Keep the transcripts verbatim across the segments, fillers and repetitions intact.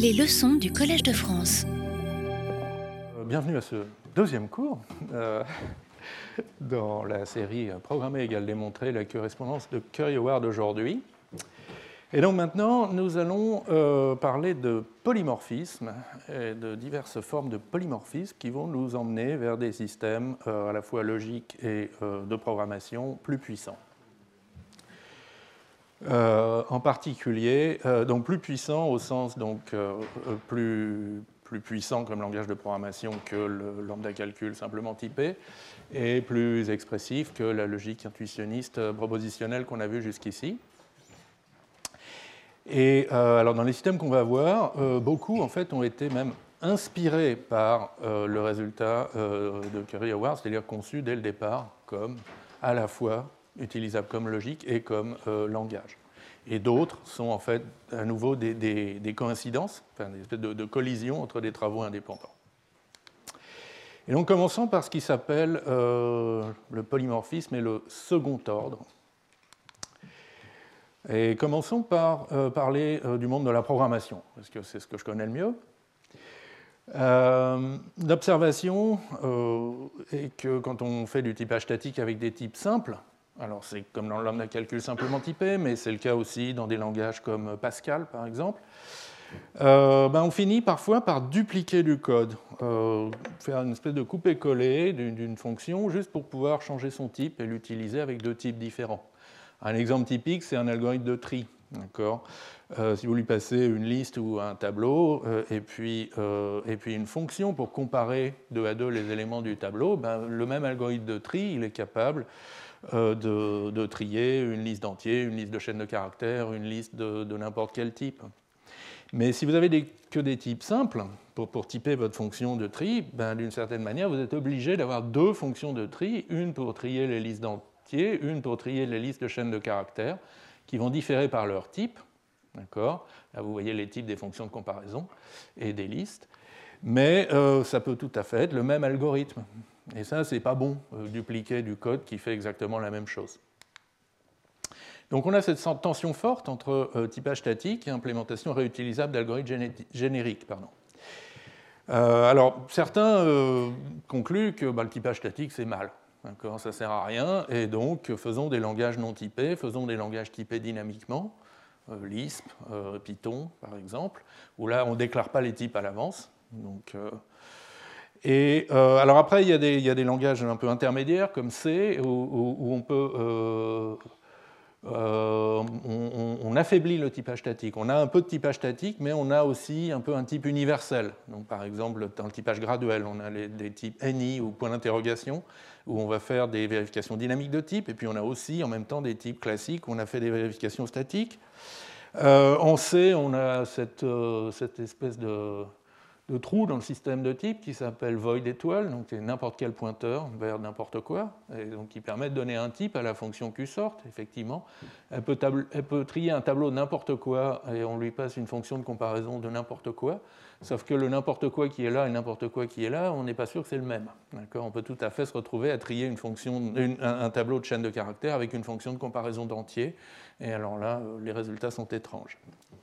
Les leçons du Collège de France. Bienvenue à ce deuxième cours euh, dans la série Programmer égale démontrer la correspondance de Curry-Howard aujourd'hui. Et donc maintenant, nous allons euh, parler de polymorphisme et de diverses formes de polymorphisme qui vont nous emmener vers des systèmes euh, à la fois logiques et euh, de programmation plus puissants. Euh, en particulier, euh, donc plus puissant au sens donc euh, plus, plus puissant comme langage de programmation que le lambda calcul simplement typé, et plus expressif que la logique intuitionniste propositionnelle qu'on a vue jusqu'ici. Et euh, alors dans les systèmes qu'on va voir, euh, beaucoup en fait ont été même inspirés par euh, le résultat euh, de Curry-Howard, c'est-à-dire conçus dès le départ comme à la fois utilisable comme logique et comme euh, langage. Et d'autres sont en fait à nouveau des, des, des coïncidences, enfin des espèces de, de collisions entre des travaux indépendants. Et donc commençons par ce qui s'appelle euh, le polymorphisme et le second ordre. Et commençons par euh, parler euh, du monde de la programmation, parce que c'est ce que je connais le mieux. Euh, L'observation euh, est que quand on fait du typage statique avec des types simples, alors c'est comme dans le lambda calcul simplement typé, mais c'est le cas aussi dans des langages comme Pascal par exemple, euh, ben on finit parfois par dupliquer du code, euh, faire une espèce de coupé-coller d'une fonction juste pour pouvoir changer son type et l'utiliser avec deux types différents. Un exemple typique, c'est un algorithme de tri. Euh, si vous lui passez une liste ou un tableau euh, et, puis, euh, et puis une fonction pour comparer deux à deux les éléments du tableau, ben, le même algorithme de tri, il est capable euh, de, de trier une liste d'entiers, une liste de chaînes de caractères, une liste de, de n'importe quel type. Mais si vous avez des, que des types simples, pour, pour typer votre fonction de tri, ben, d'une certaine manière, vous êtes obligé d'avoir deux fonctions de tri, une pour trier les listes d'entiers, une pour trier les listes de chaînes de caractères, qui vont différer par leur type. D'accord ? Là, vous voyez les types des fonctions de comparaison et des listes. Mais euh, ça peut tout à fait être le même algorithme. Et ça, c'est pas bon, euh, dupliquer du code qui fait exactement la même chose. Donc on a cette tension forte entre euh, typage statique et implémentation réutilisable d'algorithmes génériques. Pardon. Euh, alors, certains euh, concluent que bah, le typage statique, c'est mal. Ça ne sert à rien, et donc faisons des langages non typés, faisons des langages typés dynamiquement, euh, Lisp, euh, Python par exemple, où là on ne déclare pas les types à l'avance. Donc, euh, et euh, alors après il y, a des, il y a des langages un peu intermédiaires comme C, où, où, où on peut euh, euh, on, on affaiblit le typage statique. On a un peu de typage statique, mais on a aussi un peu un type universel. Donc, par exemple, dans le typage graduel, on a les, des types any ou point d'interrogation, où on va faire des vérifications dynamiques de type, et puis on a aussi en même temps des types classiques où on a fait des vérifications statiques. Euh, en C, on a cette, euh, cette espèce de, de trou dans le système de type qui s'appelle void étoile, donc c'est n'importe quel pointeur vers n'importe quoi, et donc qui permet de donner un type à la fonction qsort, effectivement. Elle peut, elle peut trier un tableau de n'importe quoi et on lui passe une fonction de comparaison de n'importe quoi, sauf que le n'importe quoi qui est là et n'importe quoi qui est là, on n'est pas sûr que c'est le même. On peut tout à fait se retrouver à trier une fonction, une, un, un tableau de chaîne de caractères avec une fonction de comparaison d'entiers, et alors là, les résultats sont étranges.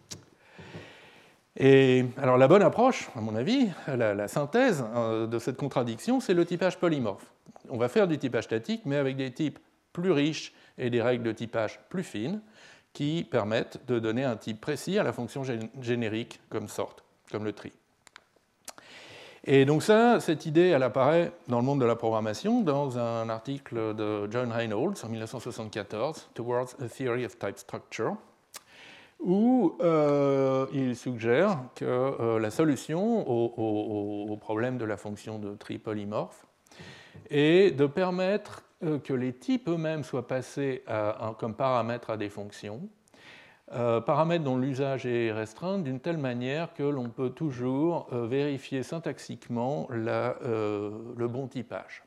Et alors la bonne approche, à mon avis, la, la synthèse de cette contradiction, c'est le typage polymorphe. On va faire du typage statique, mais avec des types plus riches et des règles de typage plus fines qui permettent de donner un type précis à la fonction générique comme sort, comme le tri. Et donc ça, cette idée, elle apparaît dans le monde de la programmation dans un article de John Reynolds en dix-neuf cent soixante-quatorze, Towards a Theory of Type Structure, où euh, il suggère que euh, la solution au, au, au problème de la fonction de tri polymorphe est de permettre euh, que les types eux-mêmes soient passés à, à, comme paramètres à des fonctions, euh, paramètres dont l'usage est restreint d'une telle manière que l'on peut toujours euh, vérifier syntaxiquement la, euh, le bon typage.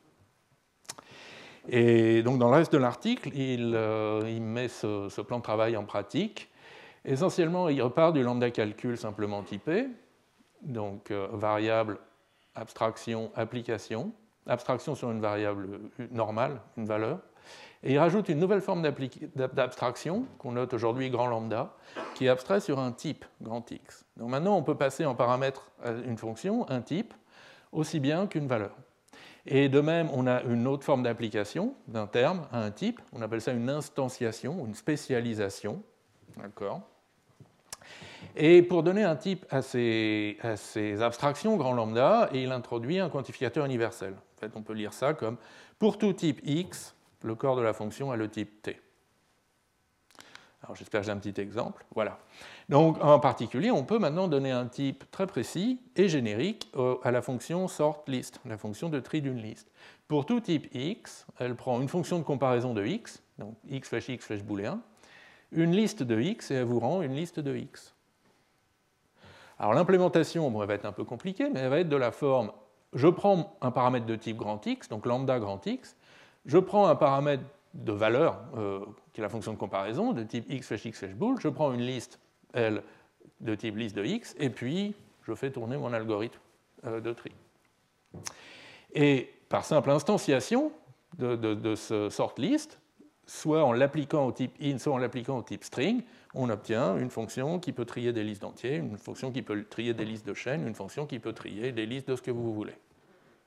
Et donc dans le reste de l'article, il, euh, il met ce, ce plan de travail en pratique. Essentiellement, il repart du lambda calcul simplement typé, donc euh, variable, abstraction, application, abstraction sur une variable normale, une valeur, Et il rajoute une nouvelle forme d'abstraction, qu'on note aujourd'hui grand lambda, qui est abstrait sur un type, grand X. Donc maintenant, on peut passer en paramètre à une fonction, un type, aussi bien qu'une valeur. Et de même, on a une autre forme d'application d'un terme à un type, on appelle ça une instantiation, une spécialisation. D'accord. Et pour donner un type à ces, à ces abstractions grand lambda, il introduit un quantificateur universel. En fait, on peut lire ça comme pour tout type x, le corps de la fonction a le type t. Alors j'espère que j'ai un petit exemple. Voilà. Donc en particulier, on peut maintenant donner un type très précis et générique à la fonction sortList, la fonction de tri d'une liste. Pour tout type x, elle prend une fonction de comparaison de x, donc x flèche x flèche booléen, une liste de x et elle vous rend une liste de x. Alors l'implémentation, bon, elle va être un peu compliquée, mais elle va être de la forme, je prends un paramètre de type grand X, donc lambda grand X, je prends un paramètre de valeur, euh, qui est la fonction de comparaison, de type x flèche x flèche bool, je prends une liste L de type liste de x, et puis je fais tourner mon algorithme euh, de tri. Et par simple instantiation de, de, de ce sortList, soit en l'appliquant au type int, soit en l'appliquant au type string, on obtient une fonction qui peut trier des listes d'entiers, une fonction qui peut trier des listes de chaînes, une fonction qui peut trier des listes de ce que vous voulez. D'accord ?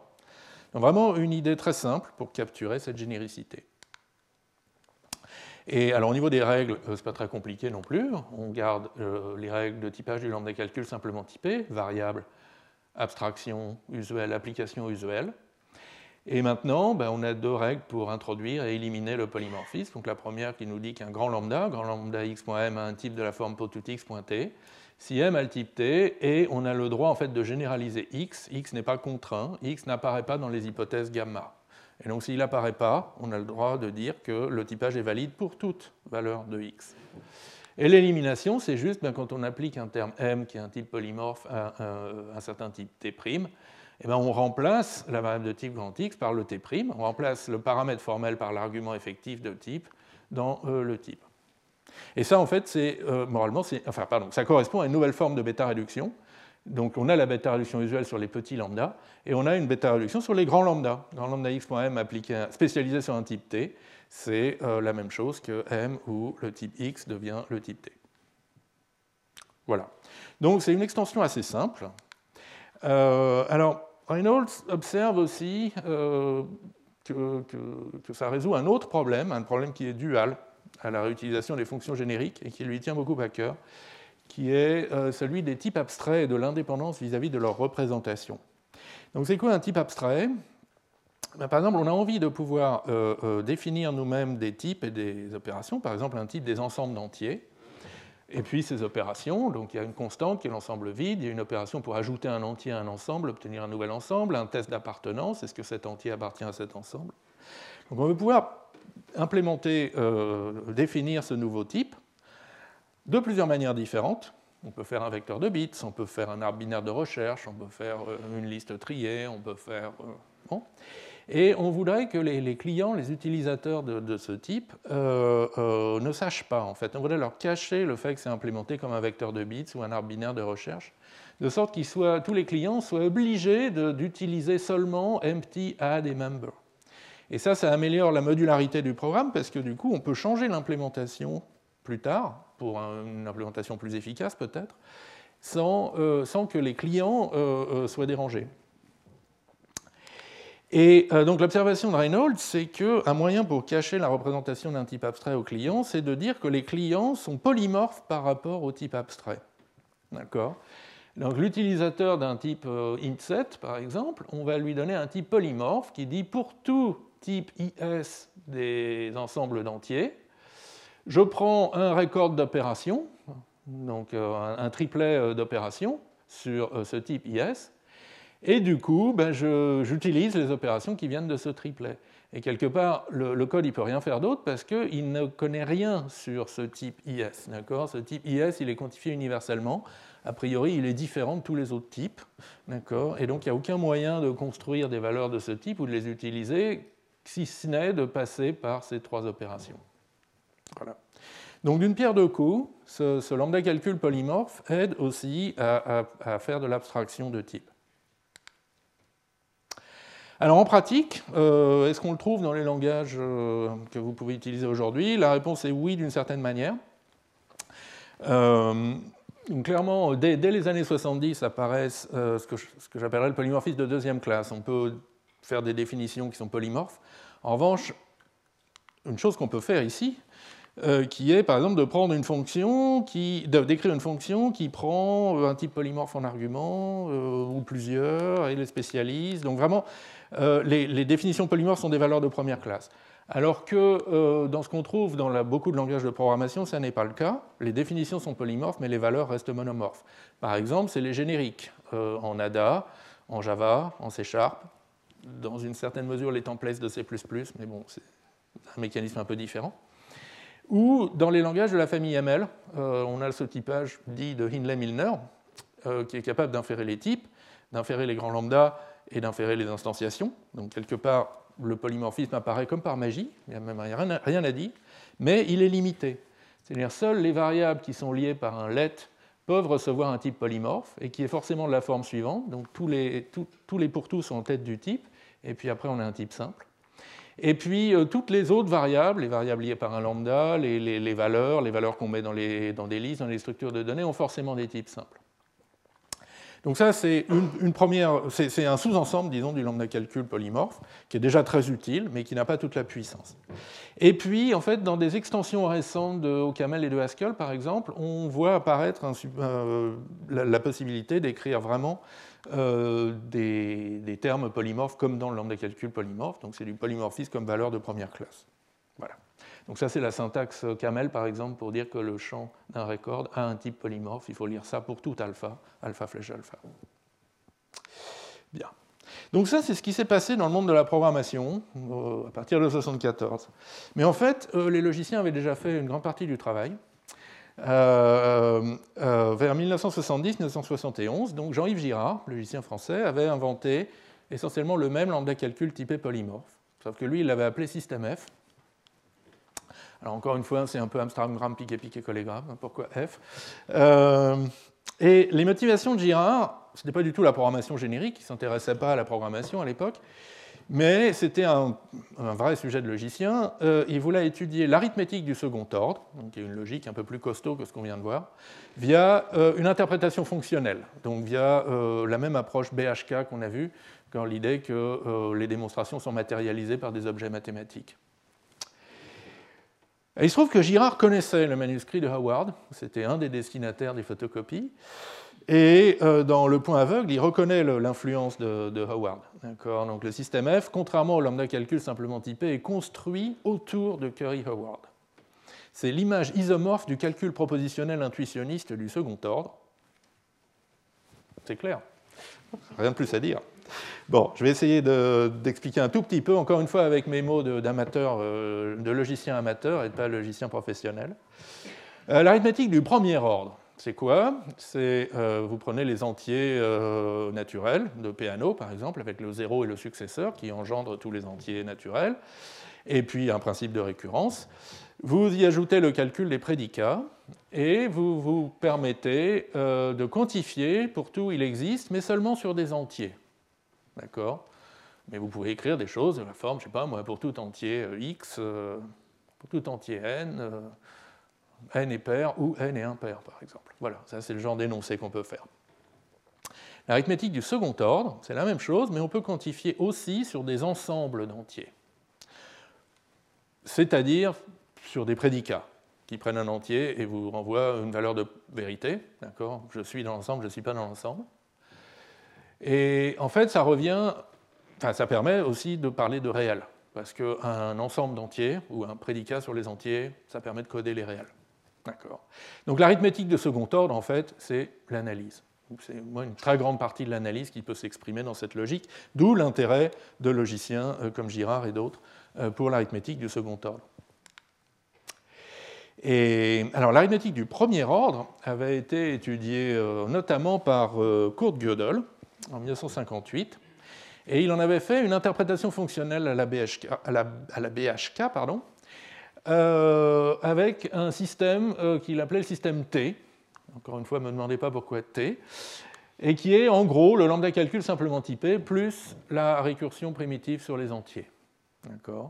Donc vraiment une idée très simple pour capturer cette généricité. Et alors au niveau des règles, ce n'est pas très compliqué non plus. On garde euh, les règles de typage du lambda calcul simplement typées, variable, abstraction usuelle, application usuelle. Et maintenant, ben, on a deux règles pour introduire et éliminer le polymorphisme. Donc la première qui nous dit qu'un grand lambda, grand lambda x.m a un type de la forme pour tout x.t. Si m a le type t, et on a le droit en fait de généraliser x, x n'est pas contraint, x n'apparaît pas dans les hypothèses gamma. Et donc s'il n'apparaît pas, on a le droit de dire que le typage est valide pour toute valeur de x. Et l'élimination, c'est juste ben, quand on applique un terme m qui est un type polymorphe à un, un certain type t', eh bien, on remplace la variable de type grand X par le t', on remplace le paramètre formel par l'argument effectif de type dans euh, le type. Et ça, en fait, c'est, euh, moralement, c'est, enfin, pardon, ça correspond à une nouvelle forme de bêta-réduction. Donc, on a la bêta-réduction usuelle sur les petits lambda, et on a une bêta-réduction sur les grands lambda. Grand lambda x.m appliqué, spécialisé sur un type t, c'est euh, la même chose que m où le type x devient le type t. Voilà. Donc, c'est une extension assez simple. Euh, alors, Reynolds observe aussi euh, que, que, que ça résout un autre problème, un problème qui est dual à la réutilisation des fonctions génériques et qui lui tient beaucoup à cœur, qui est euh, celui des types abstraits et de l'indépendance vis-à-vis de leur représentation. Donc, c'est quoi un type abstrait ? Ben, par exemple, on a envie de pouvoir euh, euh, définir nous-mêmes des types et des opérations, par exemple un type des ensembles d'entiers. Et puis ces opérations, donc il y a une constante qui est l'ensemble vide, il y a une opération pour ajouter un entier à un ensemble, obtenir un nouvel ensemble, un test d'appartenance, est-ce que cet entier appartient à cet ensemble ? Donc on va pouvoir implémenter, euh, définir ce nouveau type de plusieurs manières différentes. On peut faire un vecteur de bits, on peut faire un arbre binaire de recherche, on peut faire une liste triée, on peut faire... Euh, bon. Et on voudrait que les, les clients, les utilisateurs de, de ce type euh, euh, ne sachent pas, en fait. On voudrait leur cacher le fait que c'est implémenté comme un vecteur de bits ou un arbre binaire de recherche, de sorte que tous les clients soient obligés d'utiliser seulement empty, add et member. Et ça, ça améliore la modularité du programme, parce que du coup, on peut changer l'implémentation plus tard, pour une implémentation plus efficace peut-être, sans, euh, sans que les clients euh, euh, soient dérangés. Et euh, donc l'observation de Reynolds, c'est qu'un moyen pour cacher la représentation d'un type abstrait au client, c'est de dire que les clients sont polymorphes par rapport au type abstrait. D'accord ? Donc l'utilisateur d'un type euh, int7, par exemple, on va lui donner un type polymorphe qui dit pour tout type I S des ensembles d'entiers, je prends un record d'opération, donc euh, un, un triplet d'opérations sur euh, ce type I S, et du coup, ben, j'utilise les opérations qui viennent de ce triplet. Et quelque part, le, le code ne peut rien faire d'autre parce qu'il ne connaît rien sur ce type I S. Ce type I S, il est quantifié universellement. A priori, il est différent de tous les autres types. Et donc, il n'y a aucun moyen de construire des valeurs de ce type ou de les utiliser, si ce n'est de passer par ces trois opérations. Voilà. Donc, d'une pierre deux coups, ce, ce lambda calcul polymorphe aide aussi à, à, à faire de l'abstraction de type. Alors en pratique, euh, est-ce qu'on le trouve dans les langages euh, que vous pouvez utiliser aujourd'hui? La réponse est oui, d'une certaine manière. Euh, donc clairement, dès, dès les années soixante-dix apparaissent euh, ce que, ce que j'appellerais le polymorphisme de deuxième classe. On peut faire des définitions qui sont polymorphes. En revanche, une chose qu'on peut faire ici, euh, qui est par exemple de prendre une fonction, qui, de, d'écrire une fonction qui prend un type polymorphe en argument, euh, ou plusieurs, et les spécialise. Donc vraiment, euh, les, les définitions polymorphes sont des valeurs de première classe. Alors que euh, dans ce qu'on trouve dans la, beaucoup de langages de programmation, ça n'est pas le cas. Les définitions sont polymorphes, mais les valeurs restent monomorphes. Par exemple, c'est les génériques euh, en A D A, en Java, en C Sharp, dans une certaine mesure les templates de C plus plus, mais bon, c'est un mécanisme un peu différent. Ou dans les langages de la famille M L, euh, on a ce typage dit de Hindley-Milner, euh, qui est capable d'inférer les types, d'inférer les grands lambda et d'inférer les instantiations. Donc quelque part, le polymorphisme apparaît comme par magie, il n'y a même rien, rien à dire, mais il est limité. C'est-à-dire seules les variables qui sont liées par un let peuvent recevoir un type polymorphe, et qui est forcément de la forme suivante. Donc tous les, tout, tous les pour tous sont en tête du type, et puis après on a un type simple. Et puis euh, toutes les autres variables, les variables liées par un lambda, les, les, les valeurs, les valeurs qu'on met dans, les, dans des listes, dans les structures de données, ont forcément des types simples. Donc ça, c'est, une, une première, c'est, c'est un sous-ensemble, disons, du lambda calcul polymorphe, qui est déjà très utile, mais qui n'a pas toute la puissance. Et puis, en fait, dans des extensions récentes de OCaml et de Haskell, par exemple, on voit apparaître un, euh, la, la possibilité d'écrire vraiment euh, des, des termes polymorphes comme dans le lambda calcul polymorphe. Donc c'est du polymorphisme comme valeur de première classe. Voilà. Donc ça, c'est la syntaxe Camel, par exemple, pour dire que le champ d'un record a un type polymorphe. Il faut lire ça pour tout alpha, alpha flèche alpha. Bien. Donc ça, c'est ce qui s'est passé dans le monde de la programmation euh, à partir de mille neuf cent soixante-quatorze. Mais en fait, euh, les logiciens avaient déjà fait une grande partie du travail. Euh, euh, vers mille neuf cent soixante-dix mille neuf cent soixante et onze, donc Jean-Yves Girard, logicien français, avait inventé essentiellement le même lambda calcul typé polymorphe, sauf que lui, il l'avait appelé système F. Alors encore une fois, c'est un peu Amsterdam, piqué, piqué, collégramme. Pourquoi F? euh, Et les motivations de Girard, ce n'était pas du tout la programmation générique, il ne s'intéressait pas à la programmation à l'époque, mais c'était un, un vrai sujet de logicien. Euh, il voulait étudier l'arithmétique du second ordre, donc qui est une logique un peu plus costaud que ce qu'on vient de voir, via euh, une interprétation fonctionnelle, donc via euh, la même approche B H K qu'on a vue, dans l'idée que euh, les démonstrations sont matérialisées par des objets mathématiques. Et il se trouve que Girard connaissait le manuscrit de Howard, c'était un des destinataires des photocopies, et euh, dans le point aveugle, il reconnaît le, l'influence de, de Howard. D'accord ? Donc le système F, contrairement au lambda calcul simplement typé, est construit autour de Curry-Howard. C'est l'image isomorphe du calcul propositionnel intuitionniste du second ordre. C'est clair, rien de plus à dire. Bon, je vais essayer de, d'expliquer un tout petit peu, encore une fois avec mes mots de, d'amateur, euh, de logicien amateur et de pas logicien professionnel. Euh, l'arithmétique du premier ordre, c'est quoi? C'est, euh, vous prenez les entiers euh, naturels de Peano, par exemple, avec le zéro et le successeur qui engendrent tous les entiers naturels, et puis un principe de récurrence. Vous y ajoutez le calcul des prédicats, et vous vous permettez euh, de quantifier, pour tout il existe, mais seulement sur des entiers. D'accord? Mais vous pouvez écrire des choses de la forme, je ne sais pas moi, pour tout entier x, euh, pour tout entier n, euh, n est pair ou n est impair, par exemple. Voilà, ça c'est le genre d'énoncé qu'on peut faire. L'arithmétique du second ordre, c'est la même chose, mais on peut quantifier aussi sur des ensembles d'entiers. C'est-à-dire sur des prédicats qui prennent un entier et vous renvoient une valeur de vérité. D'accord? Je suis dans l'ensemble, je ne suis pas dans l'ensemble. Et en fait, ça revient, enfin, ça permet aussi de parler de réel, parce qu'un ensemble d'entiers, ou un prédicat sur les entiers, ça permet de coder les réels. D'accord. Donc l'arithmétique de second ordre, en fait, c'est l'analyse. C'est une très grande partie de l'analyse qui peut s'exprimer dans cette logique, d'où l'intérêt de logiciens comme Girard et d'autres pour l'arithmétique du second ordre. Et, alors, l'arithmétique du premier ordre avait été étudiée euh, notamment par euh, Kurt Gödel en mille neuf cent cinquante-huit, et il en avait fait une interprétation fonctionnelle à la B H K, à la, à la B H K pardon, euh, avec un système euh, qu'il appelait le système T. Encore une fois, ne me demandez pas pourquoi T. et qui est en gros le lambda calcul simplement typé plus la récursion primitive sur les entiers. D'accord ?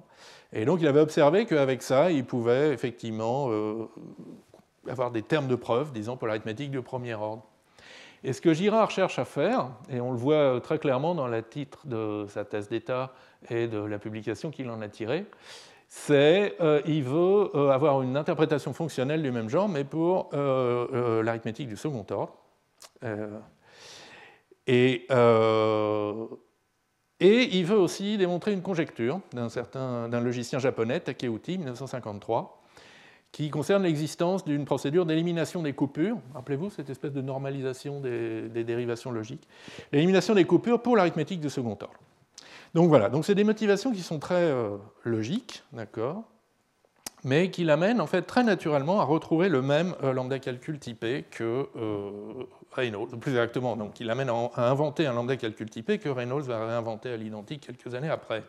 Et donc il avait observé qu'avec ça, il pouvait effectivement euh, avoir des termes de preuve, disons, pour l'arithmétique de premier ordre. Et ce que Girard cherche à faire, et on le voit très clairement dans le titre de sa thèse d'État et de la publication qu'il en a tirée, c'est qu'il euh, veut euh, avoir une interprétation fonctionnelle du même genre, mais pour euh, euh, l'arithmétique du second ordre. Euh, et, euh, et il veut aussi démontrer une conjecture d'un certain, d'un logicien japonais, Takeuchi, mille neuf cent cinquante-trois, qui concerne l'existence d'une procédure d'élimination des coupures. Rappelez-vous cette espèce de normalisation des, des dérivations logiques. L'élimination des coupures pour l'arithmétique de second ordre. Donc voilà, donc c'est des motivations qui sont très euh, logiques, d'accord, mais qui l'amènent en fait très naturellement à retrouver le même euh, lambda calcul typé que euh, Reynolds, plus exactement, donc il l'amène à, à inventer un lambda calcul typé que Reynolds va réinventer à l'identique quelques années après.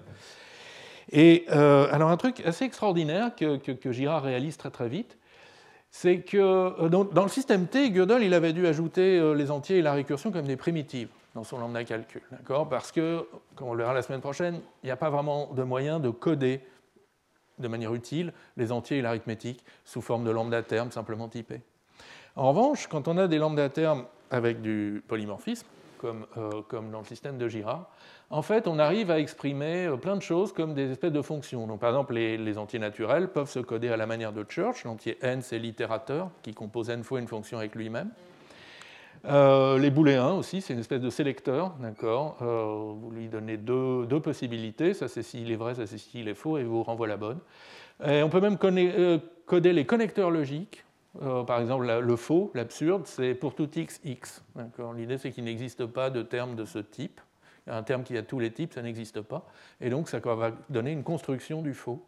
Et euh, alors un truc assez extraordinaire que, que, que Girard réalise très très vite, c'est que euh, dans, dans le système T, Gödel il avait dû ajouter euh, les entiers et la récursion comme des primitives dans son lambda calcul, d'accord ? Parce que, comme on le verra la semaine prochaine, il n'y a pas vraiment de moyen de coder de manière utile les entiers et l'arithmétique sous forme de lambda termes simplement typés. En revanche, quand on a des lambda termes avec du polymorphisme, comme, euh, comme dans le système de Girard, en fait, on arrive à exprimer plein de choses comme des espèces de fonctions. Donc, par exemple, les, les entiers naturels peuvent se coder à la manière de Church. L'entier n, c'est l'itérateur qui compose n fois une fonction avec lui-même. Euh, les booléens aussi, c'est une espèce de sélecteur, d'accord. Euh, vous lui donnez deux, deux possibilités, ça c'est s'il est vrai, ça c'est s'il est faux, et il vous renvoie la bonne. Et on peut même coder les connecteurs logiques. Euh, par exemple, le faux, l'absurde, c'est pour tout x, x. L'idée, c'est qu'il n'existe pas de terme de ce type. Un terme qui a tous les types, ça n'existe pas. Et donc, ça va donner une construction du faux.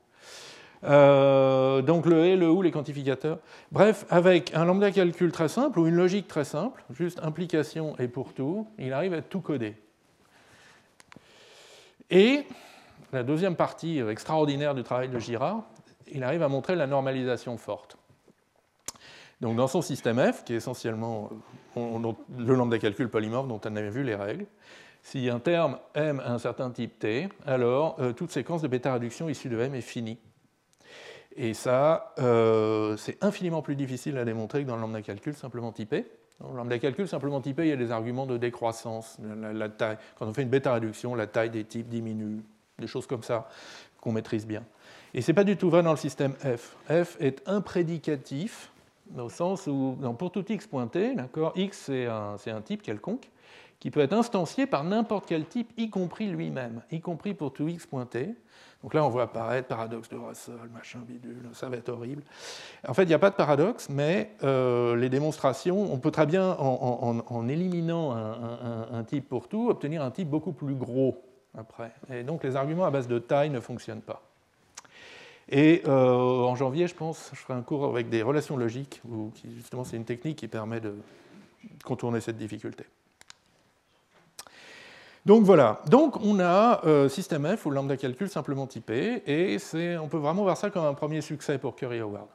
Euh, donc, le et, le ou, les quantificateurs. Bref, avec un lambda calcul très simple ou une logique très simple, juste implication et pour tout, il arrive à tout coder. Et la deuxième partie extraordinaire du travail de Girard, il arrive à montrer la normalisation forte. Donc dans son système F, qui est essentiellement on, on, le lambda calcul polymorphe dont on avait vu les règles, si un terme M a un certain type T, alors euh, toute séquence de bêta-réduction issue de M est finie. Et ça, euh, c'est infiniment plus difficile à démontrer que dans le lambda calcul simplement typé. Dans le lambda calcul simplement typé, il y a des arguments de décroissance. La, la taille, quand on fait une bêta-réduction, la taille des types diminue, des choses comme ça qu'on maîtrise bien. Et ce n'est pas du tout vrai dans le système F. F est imprédicatif, au sens où, non, pour tout x pointé, x c'est un, c'est un type quelconque, qui peut être instancié par n'importe quel type, y compris lui-même, y compris pour tout x pointé. Donc là, on voit apparaître paradoxe de Russell, machin bidule, ça va être horrible. En fait, il n'y a pas de paradoxe, mais euh, les démonstrations, on peut très bien, en, en, en éliminant un, un, un type pour tout, obtenir un type beaucoup plus gros après. Et donc, les arguments à base de taille ne fonctionnent pas. Et euh, en janvier, je pense, je ferai un cours avec des relations logiques, où qui, justement, c'est une technique qui permet de contourner cette difficulté. Donc voilà, donc on a euh, système F ou lambda calcul simplement typé, et c'est, on peut vraiment voir ça comme un premier succès pour Curry-Howard.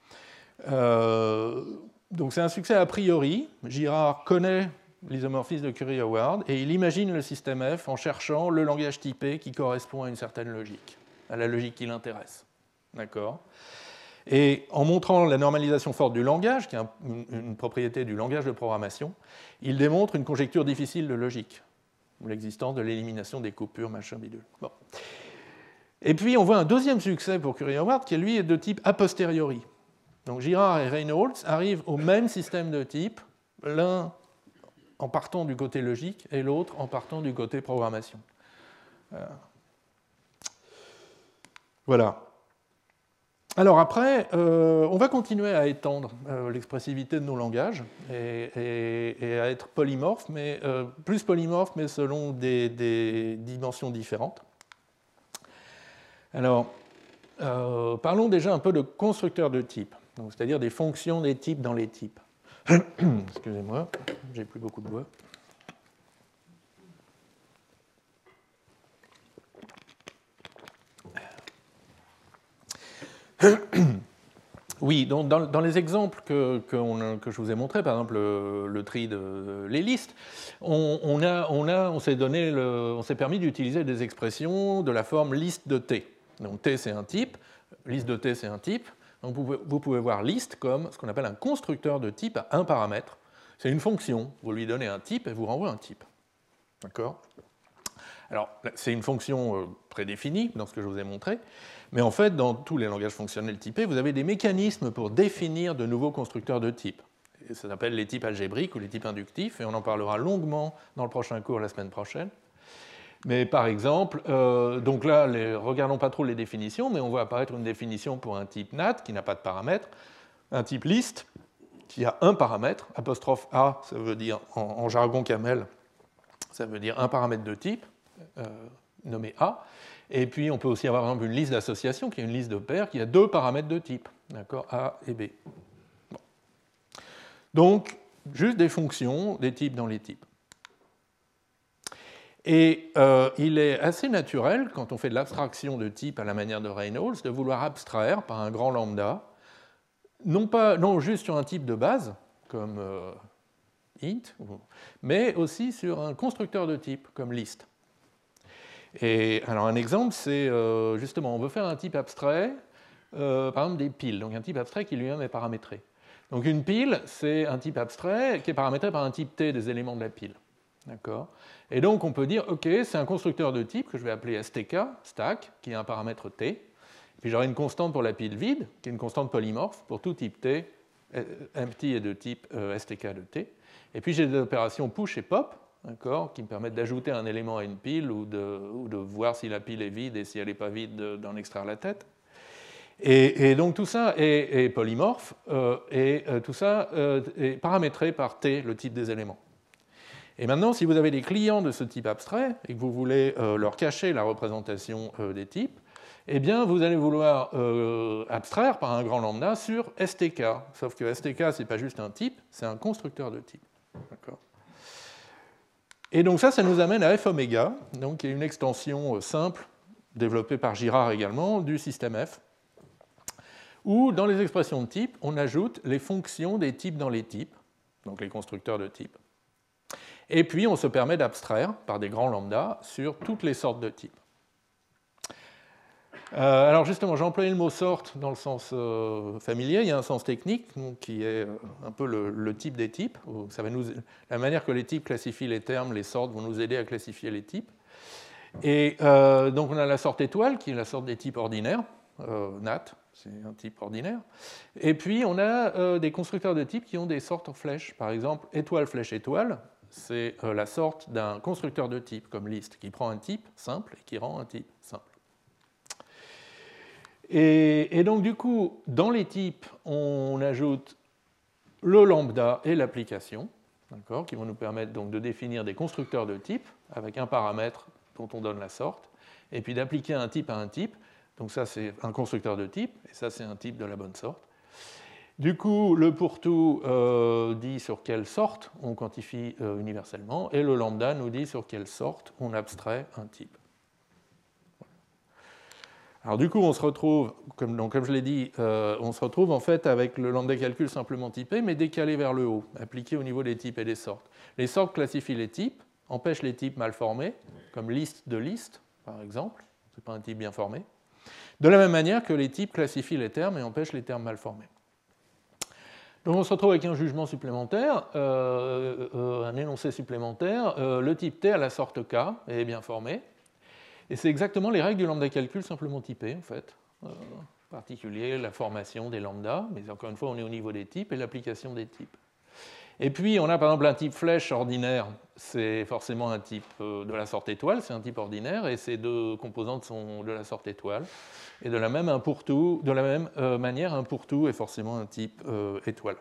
Euh, donc c'est un succès a priori. Girard connaît l'isomorphisme de Curry-Howard, et il imagine le système F en cherchant le langage typé qui correspond à une certaine logique, à la logique qui l'intéresse. D'accord ? Et en montrant la normalisation forte du langage, qui est un, une propriété du langage de programmation, il démontre une conjecture difficile de logique, l'existence de l'élimination des coupures, machin bidule. Bon. Et puis on voit un deuxième succès pour Curry-Howard, qui lui est de type a posteriori. Donc Girard et Reynolds arrivent au même système de type, l'un en partant du côté logique et l'autre en partant du côté programmation. Euh... Voilà. Alors après, euh, on va continuer à étendre euh, l'expressivité de nos langages et, et, et à être polymorphes, mais euh, plus polymorphes, mais selon des, des dimensions différentes. Alors, euh, parlons déjà un peu de constructeurs de types, c'est-à-dire des fonctions des types dans les types. Excusez-moi, j'ai plus beaucoup de voix. Oui, donc dans, dans les exemples que, que, on, que je vous ai montrés, par exemple le, le tri de les listes, on, on, a, on, a, on s'est donné le, on s'est permis d'utiliser des expressions de la forme liste de T. Donc T c'est un type, liste de T c'est un type. Donc vous pouvez, vous pouvez voir liste comme ce qu'on appelle un constructeur de type à un paramètre. C'est une fonction, vous lui donnez un type et vous renvoie un type. D'accord ? Alors, c'est une fonction prédéfinie dans ce que je vous ai montré, mais en fait, dans tous les langages fonctionnels typés, vous avez des mécanismes pour définir de nouveaux constructeurs de types. Et ça s'appelle les types algébriques ou les types inductifs, et on en parlera longuement dans le prochain cours la semaine prochaine. Mais par exemple, euh, donc là, les, regardons pas trop les définitions, mais on voit apparaître une définition pour un type nat qui n'a pas de paramètre, un type list qui a un paramètre, apostrophe A, ça veut dire en, en jargon camel, ça veut dire un paramètre de type, euh, nommé A. Et puis on peut aussi avoir par exemple une liste d'association qui est une liste de paires qui a deux paramètres de type, d'accord, A et B. Bon. Donc, juste des fonctions, des types dans les types. Et euh, il est assez naturel, quand on fait de l'abstraction de type à la manière de Reynolds, de vouloir abstraire par un grand lambda, non, pas, non juste sur un type de base, comme euh, int, mais aussi sur un constructeur de type, comme list. Et alors un exemple, c'est euh, justement, on veut faire un type abstrait, euh, par exemple des piles, donc un type abstrait qui lui-même est paramétré. Donc une pile, c'est un type abstrait qui est paramétré par un type T des éléments de la pile. D'accord ? Et donc on peut dire, ok, c'est un constructeur de type que je vais appeler S T K, stack, qui est un paramètre T. Puis j'aurai une constante pour la pile vide, qui est une constante polymorphe pour tout type T, empty est de type euh, S T K de T. Et puis j'ai des opérations push et pop, qui me permettent d'ajouter un élément à une pile ou de, ou de voir si la pile est vide et si elle n'est pas vide, d'en extraire la tête. Et, et donc tout ça est, est polymorphe euh, et euh, tout ça euh, est paramétré par T, le type des éléments. Et maintenant, si vous avez des clients de ce type abstrait et que vous voulez euh, leur cacher la représentation euh, des types, eh bien, vous allez vouloir euh, abstraire par un grand lambda sur S T K. Sauf que S T K, ce n'est pas juste un type, c'est un constructeur de type. D'accord ? Et donc ça, ça nous amène à F oméga, donc, qui est une extension euh, simple, développée par Girard également, du système F, où dans les expressions de type, on ajoute les fonctions des types dans les types, donc les constructeurs de types. Et puis, on se permet d'abstraire par des grands lambdas sur toutes les sortes de types. Euh, alors justement, j'ai employé le mot sorte dans le sens euh, familier. Il y a un sens technique donc, qui est euh, un peu le, le type des types. Ça va nous, la manière que les types classifient les termes, les sortes vont nous aider à classifier les types. Et euh, donc on a la sorte étoile qui est la sorte des types ordinaires, euh, nat, c'est un type ordinaire. Et puis on a euh, des constructeurs de types qui ont des sortes en flèche. Par exemple, étoile, flèche, étoile, c'est euh, la sorte d'un constructeur de type comme list qui prend un type simple et qui rend un type simple. Et, et donc du coup, dans les types, on ajoute le lambda et l'application, qui vont nous permettre donc de définir des constructeurs de types avec un paramètre dont on donne la sorte, et puis d'appliquer un type à un type. Donc ça, c'est un constructeur de type, et ça, c'est un type de la bonne sorte. Du coup, le pour-tout euh, dit sur quelle sorte on quantifie euh, universellement, et le lambda nous dit sur quelle sorte on abstrait un type. Alors du coup, on se retrouve, comme, donc, comme je l'ai dit, euh, on se retrouve en fait avec le lambda calcul simplement typé, mais décalé vers le haut, appliqué au niveau des types et des sortes. Les sortes classifient les types, empêchent les types mal formés, comme liste de liste, par exemple, ce n'est pas un type bien formé, de la même manière que les types classifient les termes et empêchent les termes mal formés. Donc on se retrouve avec un jugement supplémentaire, euh, euh, un énoncé supplémentaire, euh, le type T à la sorte K est bien formé. Et c'est exactement les règles du lambda calcul simplement typé, en fait. Euh, en particulier la formation des lambdas, mais encore une fois, on est au niveau des types et l'application des types. Et puis, on a par exemple un type flèche ordinaire, c'est forcément un type de la sorte étoile, c'est un type ordinaire, et ces deux composantes sont de la sorte étoile. Et de la même, un pour-tout, de la même euh, manière, un pour-tout est forcément un type euh, étoile.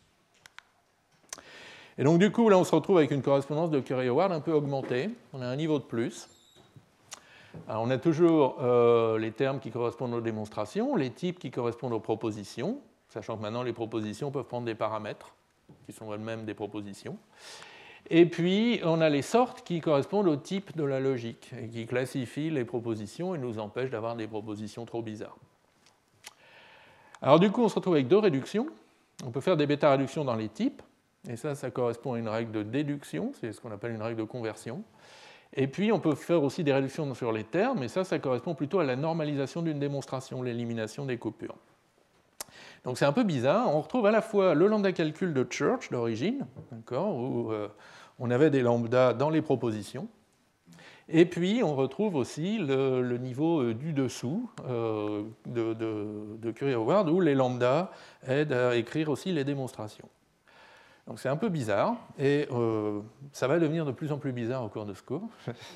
Et donc, du coup, là, on se retrouve avec une correspondance de Curry-Howard un peu augmentée. On a un niveau de plus. Alors, on a toujours euh, les termes qui correspondent aux démonstrations, les types qui correspondent aux propositions, sachant que maintenant les propositions peuvent prendre des paramètres qui sont elles-mêmes des propositions. Et puis, on a les sortes qui correspondent au type de la logique et qui classifient les propositions et nous empêchent d'avoir des propositions trop bizarres. Alors du coup, on se retrouve avec deux réductions. On peut faire des bêta-réductions dans les types, et ça, ça correspond à une règle de déduction, c'est ce qu'on appelle une règle de conversion. Et puis, on peut faire aussi des réductions sur les termes, et ça, ça correspond plutôt à la normalisation d'une démonstration, l'élimination des coupures. Donc c'est un peu bizarre, on retrouve à la fois le lambda calcul de Church d'origine, où euh, on avait des lambdas dans les propositions, et puis on retrouve aussi le, le niveau euh, du dessous euh, de, de, de Curie-Howard, où les lambdas aident à écrire aussi les démonstrations. Donc c'est un peu bizarre, et euh, ça va devenir de plus en plus bizarre au cours de ce cours.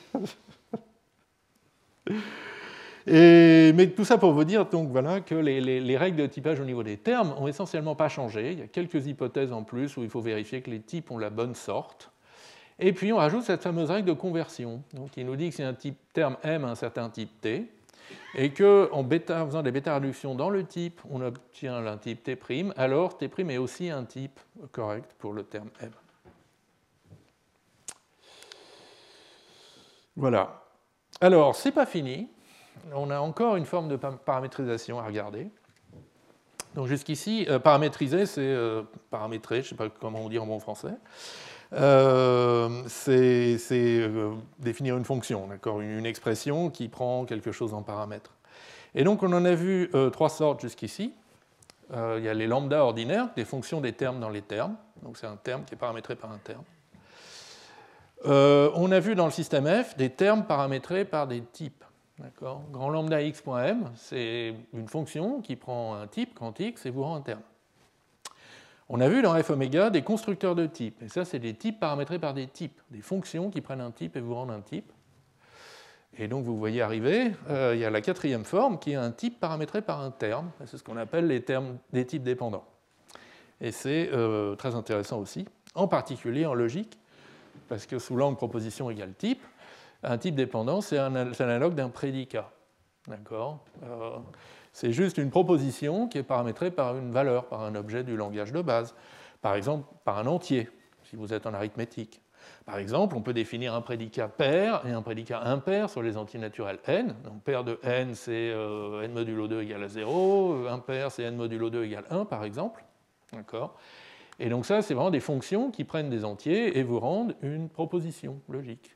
Et, mais tout ça pour vous dire donc, voilà, que les, les, les règles de typage au niveau des termes n'ont essentiellement pas changé. Il y a quelques hypothèses en plus où il faut vérifier que les types ont la bonne sorte. Et puis on rajoute cette fameuse règle de conversion, donc, qui nous dit que si un type terme M a un certain type T, et qu'en bêta, en faisant des bêta-réductions dans le type, on obtient un type T', alors T' est aussi un type correct pour le terme M. Voilà. Alors, c'est pas fini. On a encore une forme de paramétrisation à regarder. Donc jusqu'ici, euh, paramétriser, c'est euh, paramétrer, je ne sais pas comment on dit en bon français. Euh, c'est euh, définir une fonction, d'accord, une, une expression qui prend quelque chose en paramètre. Et donc on en a vu euh, trois sortes jusqu'ici. Euh, il y a les lambda ordinaires, des fonctions des termes dans les termes. Donc c'est un terme qui est paramétré par un terme. Euh, on a vu dans le système F des termes paramétrés par des types. Grand lambda x.m, c'est une fonction qui prend un type quand x et vous rend un terme. On a vu dans F oméga des constructeurs de types, et ça c'est des types paramétrés par des types, des fonctions qui prennent un type et vous rendent un type. Et donc vous voyez arriver, euh, il y a la quatrième forme qui est un type paramétré par un terme, c'est ce qu'on appelle les termes des types dépendants. Et c'est euh, très intéressant aussi, en particulier en logique, parce que sous l'angle proposition égale type, un type dépendant, c'est analogue d'un prédicat. D'accord ? euh, C'est juste une proposition qui est paramétrée par une valeur, par un objet du langage de base. Par exemple, par un entier, si vous êtes en arithmétique. Par exemple, on peut définir un prédicat pair et un prédicat impair sur les entiers naturels n. Donc, pair de n, c'est euh, n modulo deux égale à zéro. Impair, c'est n modulo deux égale un, par exemple. D'accord ? Et donc ça, c'est vraiment des fonctions qui prennent des entiers et vous rendent une proposition logique.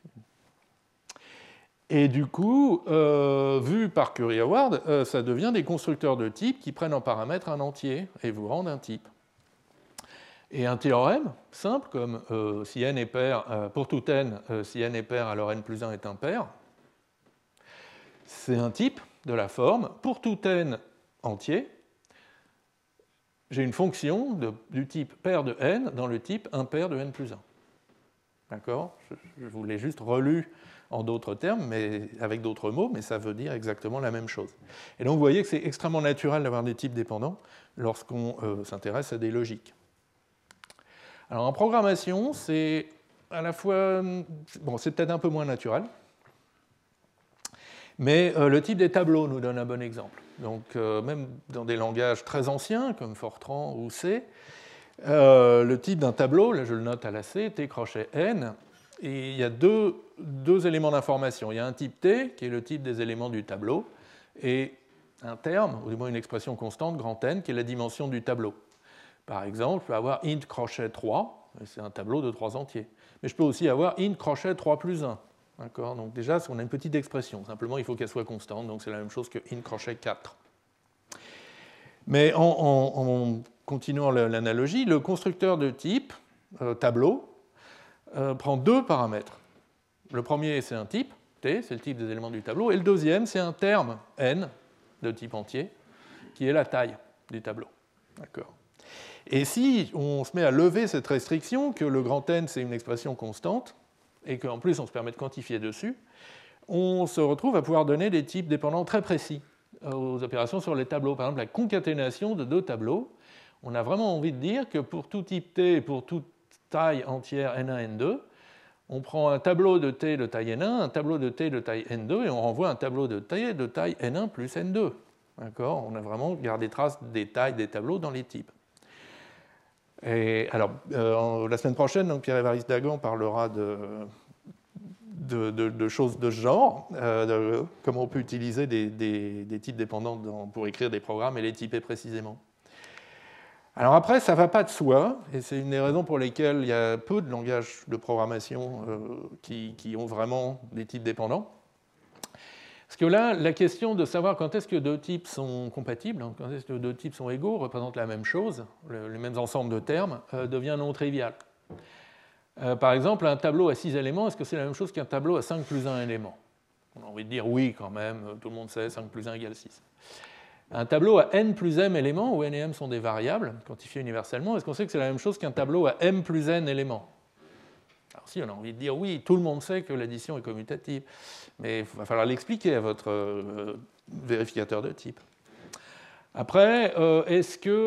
Et du coup, euh, vu par Curie-Howard, euh, ça devient des constructeurs de types qui prennent en paramètre un entier et vous rendent un type. Et un théorème simple, comme euh, si n est pair, euh, pour tout n, euh, si n est pair, alors n plus un est impair, c'est un type de la forme, pour tout n entier, j'ai une fonction de, du type pair de n dans le type impair de n plus un. D'accord ? je, je vous l'ai juste relu en d'autres termes, mais avec d'autres mots, mais ça veut dire exactement la même chose. Et donc vous voyez que c'est extrêmement naturel d'avoir des types dépendants lorsqu'on euh, s'intéresse à des logiques. Alors en programmation, c'est à la fois... Bon, c'est peut-être un peu moins naturel, mais euh, le type des tableaux nous donne un bon exemple. Donc euh, même dans des langages très anciens, comme Fortran ou C, euh, le type d'un tableau, là je le note à la C, T crochet N, et il y a deux, deux éléments d'information. Il y a un type T, qui est le type des éléments du tableau, et un terme, ou du moins une expression constante, grand N, qui est la dimension du tableau. Par exemple, je peux avoir int crochet trois, c'est un tableau de trois entiers. Mais je peux aussi avoir int crochet trois plus un. D'accord ? Donc déjà, on a une petite expression. Simplement, il faut qu'elle soit constante, donc c'est la même chose que int crochet quatre. Mais en, en, en continuant l'analogie, le constructeur de type euh, tableau euh, prend deux paramètres. Le premier, c'est un type, T, c'est le type des éléments du tableau, et le deuxième, c'est un terme, N, de type entier, qui est la taille du tableau. D'accord ? Et si on se met à lever cette restriction, que le grand N, c'est une expression constante, et qu'en plus on se permet de quantifier dessus, on se retrouve à pouvoir donner des types dépendants très précis aux opérations sur les tableaux. Par exemple, la concaténation de deux tableaux. On a vraiment envie de dire que pour tout type T et pour toute taille entière N un, N deux, on prend un tableau de T de taille N un, un tableau de T de taille N deux, et on renvoie un tableau de T de taille N un plus N deux. D'accord ? On a vraiment gardé trace des tailles des tableaux dans les types. Et alors, euh, la semaine prochaine, donc Pierre-Évariste Dagan parlera de, de, de, de choses de ce genre, euh, de, comment on peut utiliser des, des, des types dépendants dans, pour écrire des programmes et les typer précisément. Alors après, ça ne va pas de soi, et c'est une des raisons pour lesquelles il y a peu de langages de programmation euh, qui, qui ont vraiment des types dépendants. Parce que là, la question de savoir quand est-ce que deux types sont compatibles, quand est-ce que deux types sont égaux, représente la même chose, le, les mêmes ensembles de termes, euh, devient non trivial. Euh, par exemple, un tableau à six éléments, est-ce que c'est la même chose qu'un tableau à cinq plus un élément? On a envie de dire oui quand même, tout le monde sait, cinq plus un égale six. Un tableau à n plus m éléments, où n et m sont des variables quantifiées universellement, est-ce qu'on sait que c'est la même chose qu'un tableau à m plus n éléments? Alors si, on a envie de dire oui, tout le monde sait que l'addition est commutative, mais il va falloir l'expliquer à votre euh, vérificateur de type. Après, euh, est-ce que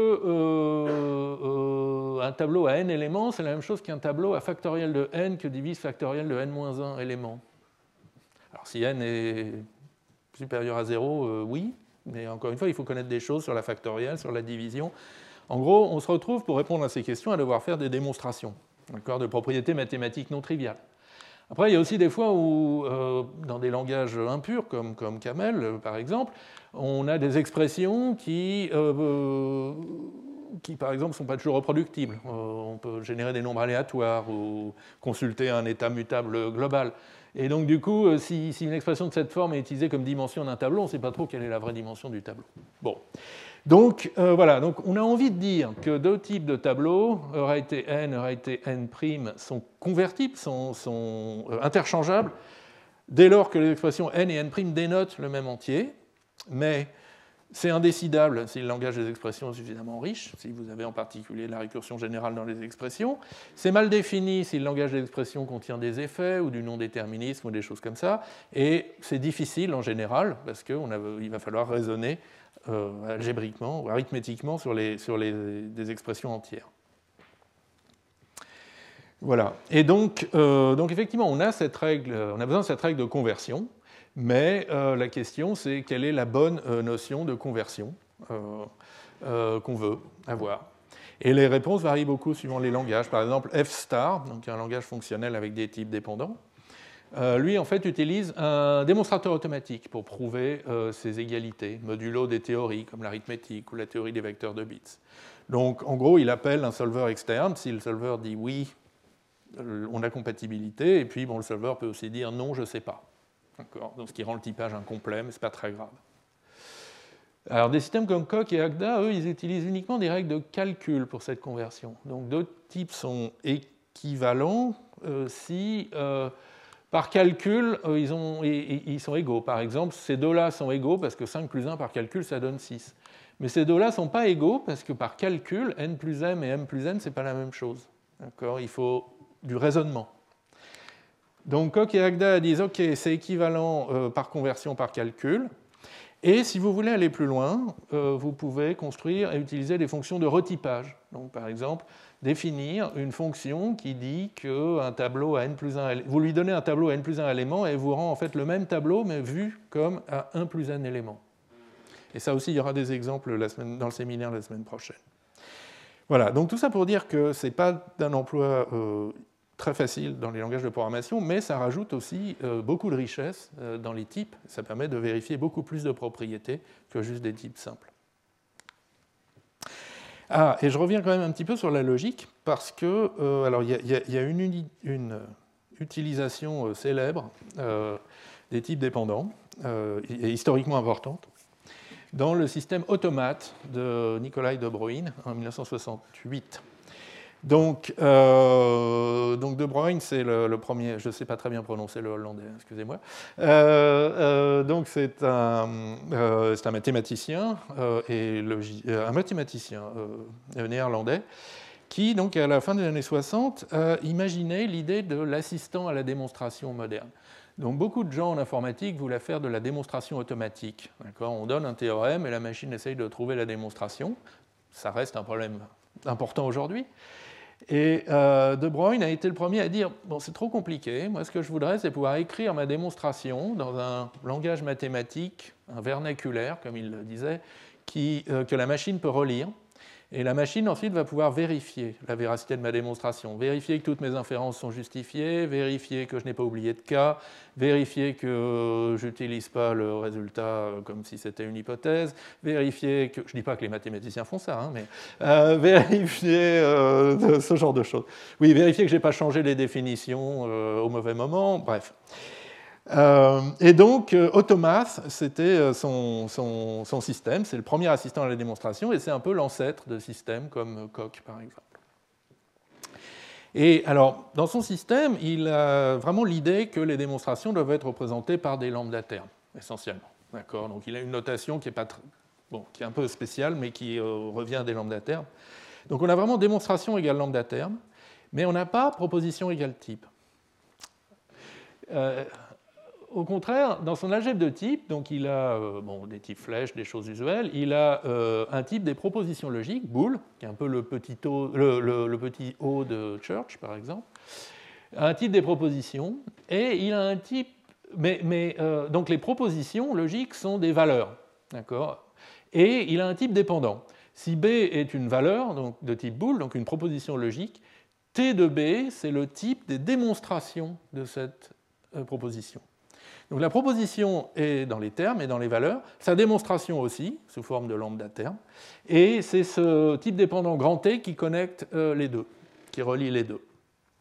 euh, euh, un tableau à n éléments, c'est la même chose qu'un tableau à factoriel de n que divise factoriel de n moins un éléments? Alors si n est supérieur à zéro, euh, oui. Mais encore une fois, il faut connaître des choses sur la factorielle, sur la division. En gros, on se retrouve, pour répondre à ces questions, à devoir faire des démonstrations de propriétés mathématiques non triviales. Après, il y a aussi des fois où, euh, dans des langages impurs, comme, comme Camel, par exemple, on a des expressions qui, euh, qui par exemple, ne sont pas toujours reproductibles. Euh, on peut générer des nombres aléatoires ou consulter un état mutable global. Et donc, du coup, si, si une expression de cette forme est utilisée comme dimension d'un tableau, on ne sait pas trop quelle est la vraie dimension du tableau. Bon. Donc, euh, voilà. Donc, on a envie de dire que deux types de tableaux, E R A T n, E R A T n', sont convertibles, sont, sont euh, interchangeables, dès lors que les expressions n et n' dénotent le même entier. Mais c'est indécidable si le langage des expressions est suffisamment riche, si vous avez en particulier la récursion générale dans les expressions. C'est mal défini si le langage des expressions contient des effets ou du non-déterminisme ou des choses comme ça. Et c'est difficile en général parce qu'il va falloir raisonner euh, algébriquement ou arithmétiquement sur, les, sur les, des expressions entières. Voilà. Et donc, euh, donc effectivement, on a, cette règle, on a besoin de cette règle de conversion. Mais euh, la question, c'est quelle est la bonne euh, notion de conversion euh, euh, qu'on veut avoir. Et les réponses varient beaucoup suivant les langages. Par exemple, F star, donc un langage fonctionnel avec des types dépendants, euh, lui, en fait, utilise un démonstrateur automatique pour prouver euh, ces égalités, modulo des théories, comme l'arithmétique ou la théorie des vecteurs de bits. Donc, en gros, il appelle un solver externe. Si le solver dit oui, on a compatibilité, et puis bon, le solver peut aussi dire non, je ne sais pas. Donc, ce qui rend le typage incomplet, mais ce n'est pas très grave. Alors, des systèmes comme Coq et Agda, eux, ils utilisent uniquement des règles de calcul pour cette conversion. Donc, deux types sont équivalents euh, si, euh, par calcul, euh, ils, ont, ils, ils sont égaux. Par exemple, ces deux-là sont égaux parce que cinq plus un par calcul, ça donne six. Mais ces deux-là ne sont pas égaux parce que par calcul, n plus m et m plus n, ce n'est pas la même chose. Il faut du raisonnement. Donc, Coq et Agda disent, OK, c'est équivalent euh, par conversion, par calcul. Et si vous voulez aller plus loin, euh, vous pouvez construire et utiliser des fonctions de retypage. Donc, par exemple, définir une fonction qui dit qu'un tableau à n plus un, vous lui donnez un tableau à n plus un éléments et vous rend en fait le même tableau, mais vu comme à un plus n éléments. Et ça aussi, il y aura des exemples la semaine, dans le séminaire la semaine prochaine. Voilà, donc tout ça pour dire que ce n'est pas d'un emploi euh, très facile dans les langages de programmation, mais ça rajoute aussi euh, beaucoup de richesse euh, dans les types. Ça permet de vérifier beaucoup plus de propriétés que juste des types simples. Ah, et je reviens quand même un petit peu sur la logique, parce que euh, alors il y, y, y a une, uni, une utilisation euh, célèbre euh, des types dépendants, euh, et historiquement importante, dans le système automate de Nikolai de Bruijn en mille neuf cent soixante-huit. Donc, euh, donc De Bruijn, c'est le, le premier, je ne sais pas très bien prononcer le hollandais, excusez-moi. Euh, euh, donc c'est un, euh, c'est un mathématicien euh, et le, un mathématicien euh, néerlandais qui, donc à la fin des années soixante, a imaginé l'idée de l'assistant à la démonstration moderne. Donc beaucoup de gens en informatique voulaient faire de la démonstration automatique. On donne un théorème et la machine essaye de trouver la démonstration. Ça reste un problème important aujourd'hui. Et euh, De Bruijn a été le premier à dire bon, c'est trop compliqué, moi ce que je voudrais c'est pouvoir écrire ma démonstration dans un langage mathématique, un vernaculaire comme il le disait, qui, euh, que la machine peut relire. Et la machine ensuite va pouvoir vérifier la véracité de ma démonstration, vérifier que toutes mes inférences sont justifiées, vérifier que je n'ai pas oublié de cas, vérifier que je n'utilise pas le résultat comme si c'était une hypothèse, vérifier que... Je ne dis pas que les mathématiciens font ça, hein, mais euh, vérifier euh, ce genre de choses. Oui, vérifier que je n'ai pas changé les définitions euh, au mauvais moment, bref. Euh, et donc, euh, Automath, c'était son, son, son système, c'est le premier assistant à la démonstration, et c'est un peu l'ancêtre de systèmes comme Coq, par exemple. Et alors, dans son système, il a vraiment l'idée que les démonstrations doivent être représentées par des lambda termes, essentiellement. D'accord ? Donc, il a une notation qui est, pas tr... bon, qui est un peu spéciale, mais qui euh, revient à des lambda termes. Donc, on a vraiment démonstration égale lambda terme, mais on n'a pas proposition égale type. Euh, Au contraire, dans son algèbre de type, donc il a euh, bon, des types flèches, des choses usuelles, il a euh, un type des propositions logiques, bool, qui est un peu le petit O, le, le, le petit O de Church, par exemple, un type des propositions, et il a un type, mais, mais euh, donc les propositions logiques sont des valeurs, d'accord, et il a un type dépendant. Si B est une valeur donc de type bool, donc une proposition logique, T de B, c'est le type des démonstrations de cette euh, proposition. Donc la proposition est dans les termes et dans les valeurs, sa démonstration aussi, sous forme de lambda terme, et c'est ce type dépendant grand T qui connecte euh, les deux, qui relie les deux.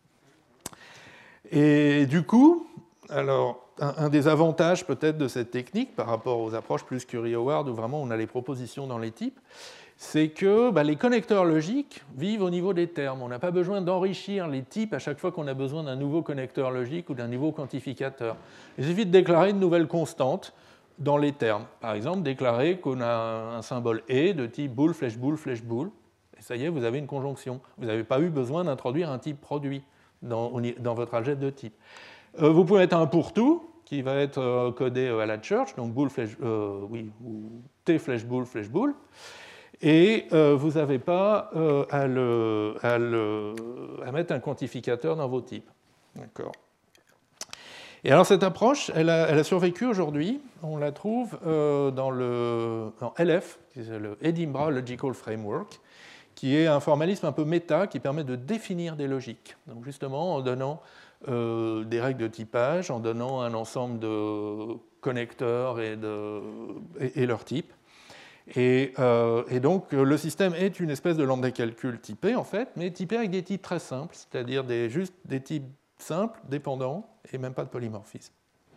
Et du coup, alors, un, un des avantages peut-être de cette technique par rapport aux approches plus Curie-Howard où vraiment on a les propositions dans les types, c'est que bah, les connecteurs logiques vivent au niveau des termes. On n'a pas besoin d'enrichir les types à chaque fois qu'on a besoin d'un nouveau connecteur logique ou d'un nouveau quantificateur. Il suffit de déclarer une nouvelle constante dans les termes. Par exemple, déclarer qu'on a un symbole E de type bool, flèche bool, flèche bool. Et ça y est, vous avez une conjonction. Vous n'avez pas eu besoin d'introduire un type produit dans, dans votre algèbre de type. Euh, vous pouvez mettre un pour tout qui va être codé à la Church, donc bool, flèche, euh, oui, ou T, flèche bool, flèche bool. Et euh, vous n'avez pas euh, à, le, à, le, à mettre un quantificateur dans vos types. D'accord. Et alors cette approche, elle a, elle a survécu aujourd'hui. On la trouve euh, dans le dans L F, qui est le Edinburgh Logical Framework, qui est un formalisme un peu méta qui permet de définir des logiques. Donc justement en donnant euh, des règles de typage, en donnant un ensemble de connecteurs et, de, et, et leurs types. Et, euh, et donc, le système est une espèce de lambda calcul typé, en fait, mais typé avec des types très simples, c'est-à-dire des, juste des types simples, dépendants, et même pas de polymorphisme.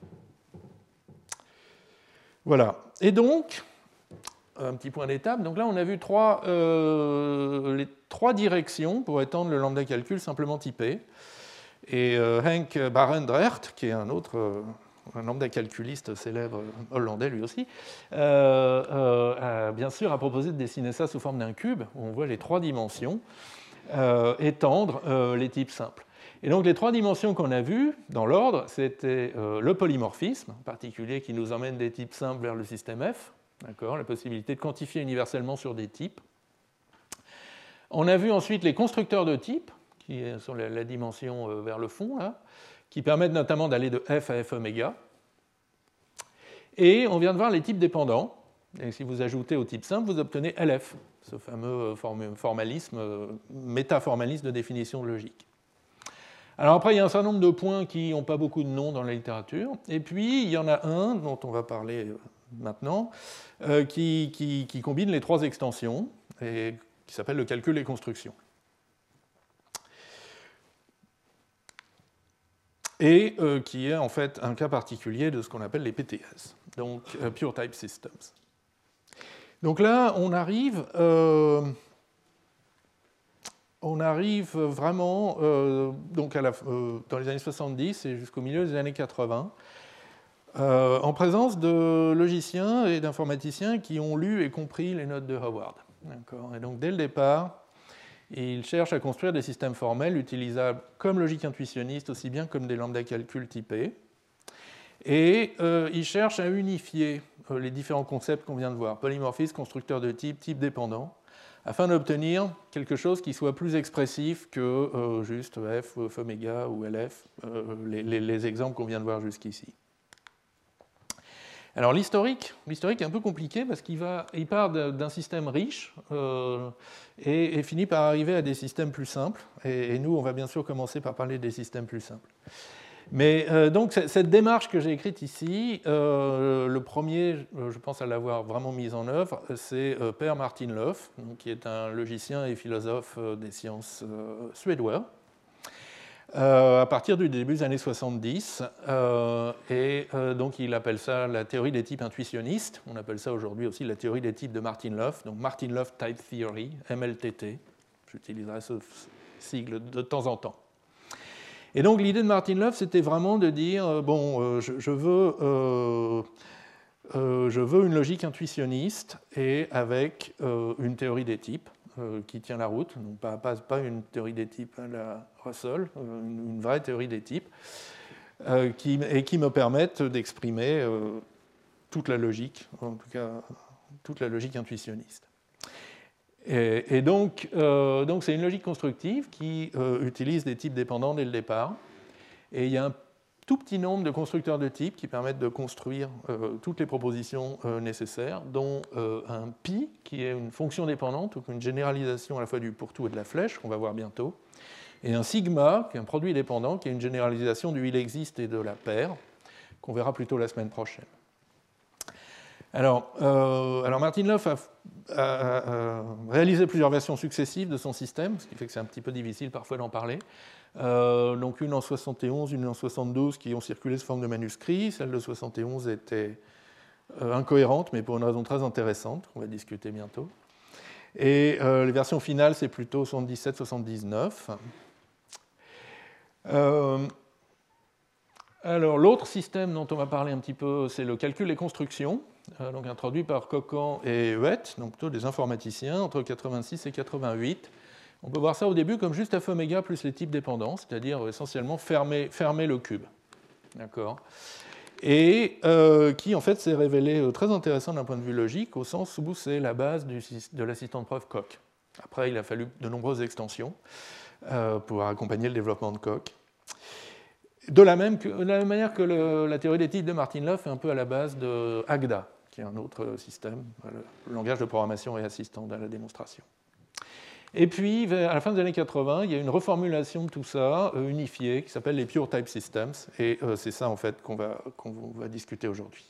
Voilà. Et donc, un petit point d'étape. Donc là, on a vu trois, euh, les trois directions pour étendre le lambda calcul simplement typé. Et euh, Henk Barendrecht, qui est un autre... Euh, un lambda calculiste célèbre hollandais lui aussi, euh, euh, a, bien sûr a proposé de dessiner ça sous forme d'un cube, où on voit les trois dimensions, euh, étendre euh, les types simples. Et donc les trois dimensions qu'on a vues, dans l'ordre, c'était euh, le polymorphisme, en particulier qui nous emmène des types simples vers le système F, d'accord, la possibilité de quantifier universellement sur des types. On a vu ensuite les constructeurs de types, qui sont la, la dimension euh, vers le fond, là, qui permettent notamment d'aller de F à F oméga. Et on vient de voir les types dépendants. Et si vous ajoutez au type simple, vous obtenez L F, ce fameux formalisme, métaformalisme de définition logique. Alors après, il y a un certain nombre de points qui n'ont pas beaucoup de noms dans la littérature. Et puis, il y en a un, dont on va parler maintenant, euh, qui, qui, qui combine les trois extensions, et qui s'appelle le calcul et construction. Et euh, qui est en fait un cas particulier de ce qu'on appelle les P T S, donc uh, Pure Type Systems. Donc là, on arrive, euh, on arrive vraiment euh, donc à la, euh, dans les années soixante-dix et jusqu'au milieu des années quatre-vingts, euh, en présence de logiciens et d'informaticiens qui ont lu et compris les notes de Howard. D'accord. Et donc dès le départ, il cherche à construire des systèmes formels utilisables comme logique intuitionniste, aussi bien comme des lambda calcul typés. Et euh, il cherche à unifier euh, les différents concepts qu'on vient de voir, polymorphisme, constructeur de type, type dépendant, afin d'obtenir quelque chose qui soit plus expressif que euh, juste F, F oméga ou L F, euh, les, les, les exemples qu'on vient de voir jusqu'ici. Alors l'historique, l'historique est un peu compliqué parce qu'il va, il part d'un système riche euh, et, et finit par arriver à des systèmes plus simples. Et, et nous, on va bien sûr commencer par parler des systèmes plus simples. Mais euh, donc cette démarche que j'ai écrite ici, euh, le premier, je pense à l'avoir vraiment mise en œuvre, c'est euh, Per Martin-Löf, qui est un logicien et philosophe des sciences euh, suédois. Euh, à partir du début des années soixante-dix, euh, et euh, donc il appelle ça la théorie des types intuitionnistes. On appelle ça aujourd'hui aussi la théorie des types de Martin-Löf, donc Martin-Löf Type Theory, M L T T. J'utiliserai ce sigle de temps en temps. Et donc l'idée de Martin-Löf, c'était vraiment de dire euh, bon, euh, je, je, veux, euh, euh, je veux une logique intuitionniste et avec euh, une théorie des types qui tient la route, donc pas, pas, pas une théorie des types à la Russell, une, une vraie théorie des types, euh, qui, et qui me permettent d'exprimer euh, toute la logique, en tout cas toute la logique intuitionniste. Et, et donc, euh, donc c'est une logique constructive qui euh, utilise des types dépendants dès le départ, et il y a un tout petit nombre de constructeurs de types qui permettent de construire euh, toutes les propositions euh, nécessaires, dont euh, un pi, qui est une fonction dépendante, ou une généralisation à la fois du pourtour et de la flèche, qu'on va voir bientôt, et un sigma, qui est un produit dépendant, qui est une généralisation du il existe et de la paire, qu'on verra plutôt la semaine prochaine. Alors, euh, alors Martin-Löf a, a, a réalisé plusieurs versions successives de son système, ce qui fait que c'est un petit peu difficile parfois d'en parler. Euh, donc une en soixante et onze, une en soixante-douze qui ont circulé sous forme de manuscrits. Celle de soixante et onze était euh, incohérente, mais pour une raison très intéressante, qu'on va discuter bientôt. Et euh, les versions finales, c'est plutôt soixante-dix-sept soixante-dix-neuf. Euh, alors l'autre système dont on va parler un petit peu, c'est le calcul et construction, euh, donc introduit par Cocan et Huet, donc plutôt des informaticiens, entre quatre-vingt-six et quatre-vingt-huit. On peut voir ça au début comme juste f oméga plus les types dépendants, c'est-à-dire essentiellement fermer, fermer le cube. D'accord ? Et euh, qui, en fait, s'est révélé très intéressant d'un point de vue logique, au sens où c'est la base du, de l'assistant de preuve Coq. Après, il a fallu de nombreuses extensions euh, pour accompagner le développement de Coq. De la même, que, de la même manière que le, la théorie des types de Martin-Löf est un peu à la base de Agda, qui est un autre système, le langage de programmation et assistant à la démonstration. Et puis, à la fin des années quatre-vingts, il y a une reformulation de tout ça, euh, unifiée, qui s'appelle les Pure Type Systems, et euh, c'est ça, en fait, qu'on va, qu'on va discuter aujourd'hui.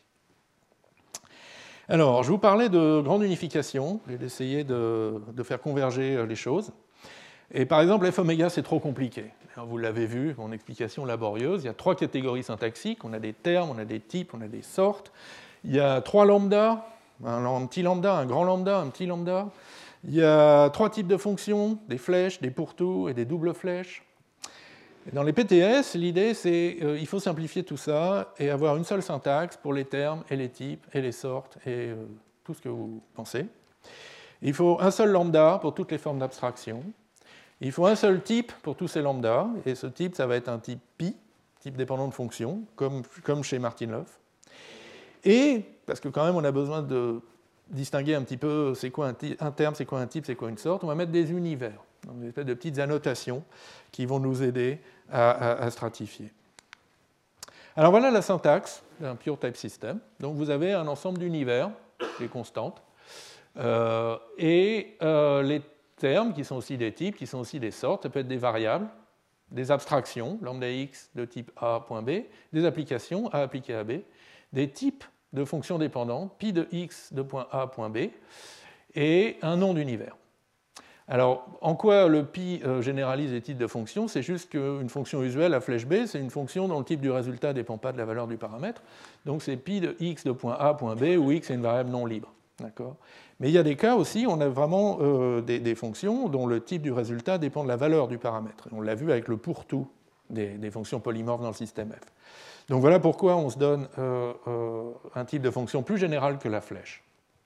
Alors, je vous parlais de grande unification, et d'essayer de, de faire converger les choses. Et par exemple, f oméga, c'est trop compliqué. Alors, vous l'avez vu, mon explication laborieuse, il y a trois catégories syntaxiques, on a des termes, on a des types, on a des sortes. Il y a trois lambdas, un petit lambda, un grand lambda, un petit lambda. Il y a trois types de fonctions, des flèches, des pourtours et des doubles flèches. Et dans les P T S, l'idée, c'est qu'il euh, faut simplifier tout ça et avoir une seule syntaxe pour les termes et les types et les sortes et euh, tout ce que vous pensez. Il faut un seul lambda pour toutes les formes d'abstraction. Il faut un seul type pour tous ces lambdas, et ce type, ça va être un type pi, type dépendant de fonction, comme, comme chez Martin-Löf. Et, parce que quand même on a besoin de distinguer un petit peu c'est quoi un, un terme, c'est quoi un type, c'est quoi une sorte, on va mettre des univers, donc des espèces de petites annotations qui vont nous aider à, à, à stratifier. Alors voilà la syntaxe d'un Pure Type System. Donc vous avez un ensemble d'univers, des constantes, euh, et euh, les termes qui sont aussi des types, qui sont aussi des sortes, ça peut être des variables, des abstractions, lambda x de type A, point B, des applications, A appliqué à B, des types de fonctions dépendantes, pi de x de point A, point B, et un nom d'univers. Alors, en quoi le pi généralise les types de fonctions? C'est juste qu'une fonction usuelle à flèche B, c'est une fonction dont le type du résultat ne dépend pas de la valeur du paramètre. Donc c'est pi de x de point A, point B, où x est une variable non libre. D'accord ? Mais il y a des cas aussi où on a vraiment euh, des, des fonctions dont le type du résultat dépend de la valeur du paramètre. Et on l'a vu avec le pourtour des, des fonctions polymorphes dans le système F. Donc voilà pourquoi on se donne euh, euh, un type de fonction plus général que la flèche.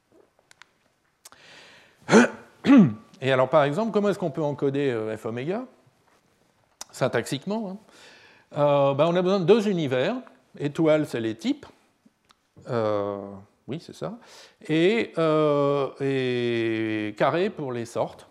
Et alors par exemple, comment est-ce qu'on peut encoder euh, f oméga syntaxiquement hein euh, ben, on a besoin de deux univers. Étoile, c'est les types. Euh, oui, c'est ça. Et, euh, et carré pour les sortes.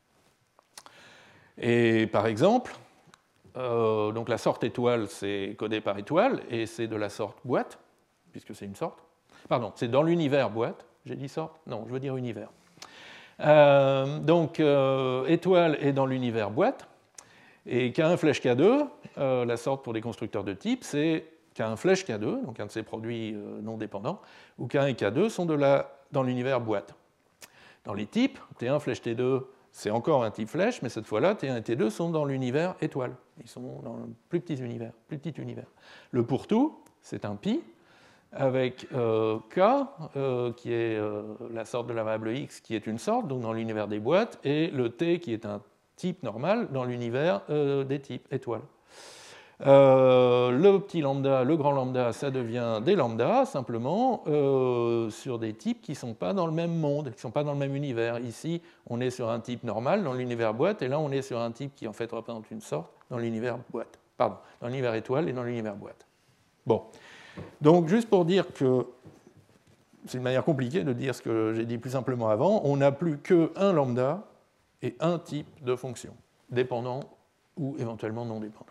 Et par exemple, Euh, donc la sorte étoile, c'est codé par étoile, et c'est de la sorte boîte, puisque c'est une sorte. Pardon, c'est dans l'univers boîte. J'ai dit sorte? Non, je veux dire univers. Euh, donc, euh, étoile est dans l'univers boîte. Et K un flèche K deux, euh, la sorte pour des constructeurs de type, c'est K un flèche K deux, donc un de ces produits euh, non dépendants, où K un et K deux sont de la, dans l'univers boîte. Dans les types, T un flèche T deux, c'est encore un type flèche, mais cette fois-là, T un et T deux sont dans l'univers étoile. Ils sont dans le plus petit univers. Plus petit univers. Le pourtout, c'est un pi, avec euh, K, euh, qui est euh, la sorte de la variable X, qui est une sorte, donc dans l'univers des boîtes, et le T, qui est un type normal dans l'univers euh, des types étoiles. Euh, le petit lambda, le grand lambda, ça devient des lambdas, simplement, euh, sur des types qui ne sont pas dans le même monde, qui ne sont pas dans le même univers. Ici, on est sur un type normal dans l'univers boîte, et là, on est sur un type qui, en fait, représente une sorte dans l'univers boîte. Pardon, dans l'univers étoile et dans l'univers boîte. Bon. Donc, juste pour dire que c'est une manière compliquée de dire ce que j'ai dit plus simplement avant, on n'a plus qu'un lambda et un type de fonction, dépendant ou éventuellement non dépendant.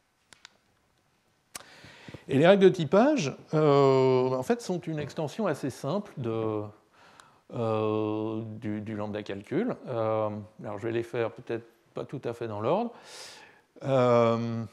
Et les règles de typage, euh, en fait, sont une extension assez simple de, euh, du, du lambda calcul. Euh, alors, je vais les faire peut-être pas tout à fait dans l'ordre. Euh,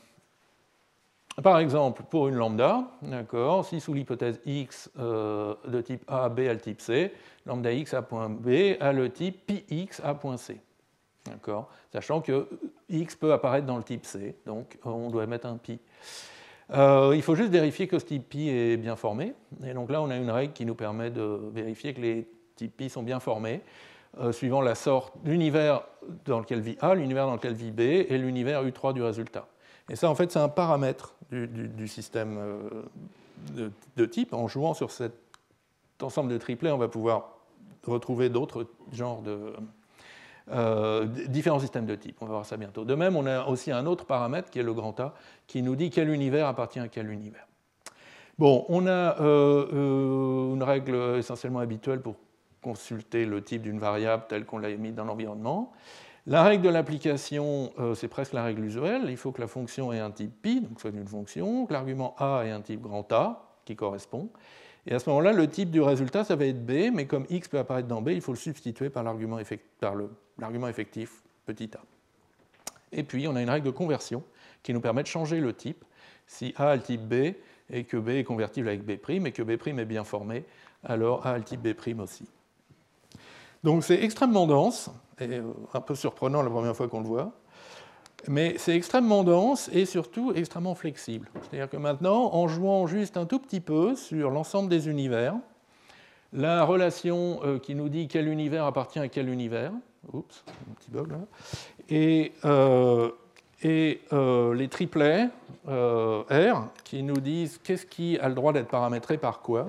par exemple, pour une lambda, d'accord, si sous l'hypothèse x euh, de type A, B a le type C, lambda x à point B a le type pi x à point C. D'accord, sachant que x peut apparaître dans le type C, donc on doit mettre un pi. Euh, il faut juste vérifier que ce type pi est bien formé. Et donc là, on a une règle qui nous permet de vérifier que les types pi sont bien formés, euh, suivant la sorte, l'univers dans lequel vit A, l'univers dans lequel vit B, et l'univers U trois du résultat. Et ça, en fait, c'est un paramètre du, du, du système euh, de, de type. En jouant sur cet ensemble de triplets, on va pouvoir retrouver d'autres genres de... Euh, différents systèmes de type, on va voir ça bientôt. De même, on a aussi un autre paramètre qui est le grand A, qui nous dit quel univers appartient à quel univers. Bon, on a euh, euh, une règle essentiellement habituelle pour consulter le type d'une variable telle qu'on l'a mis dans l'environnement. La règle de l'application, euh, c'est presque la règle usuelle. Il faut que la fonction ait un type pi, donc soit une fonction, que l'argument A ait un type grand A, qui correspond. Et à ce moment-là, le type du résultat, ça va être B, mais comme x peut apparaître dans B, il faut le substituer par l'argument effectif, par le, l'argument effectif petit a. Et puis, on a une règle de conversion qui nous permet de changer le type si A a le type B et que B est convertible avec B', et que B' est bien formé, alors A a le type B' aussi. Donc c'est extrêmement dense, et un peu surprenant la première fois qu'on le voit, mais c'est extrêmement dense et surtout extrêmement flexible. C'est-à-dire que maintenant, en jouant juste un tout petit peu sur l'ensemble des univers, la relation euh, qui nous dit quel univers appartient à quel univers, oups, un petit bug là, et, euh, et euh, les triplets euh, R qui nous disent qu'est-ce qui a le droit d'être paramétré par quoi,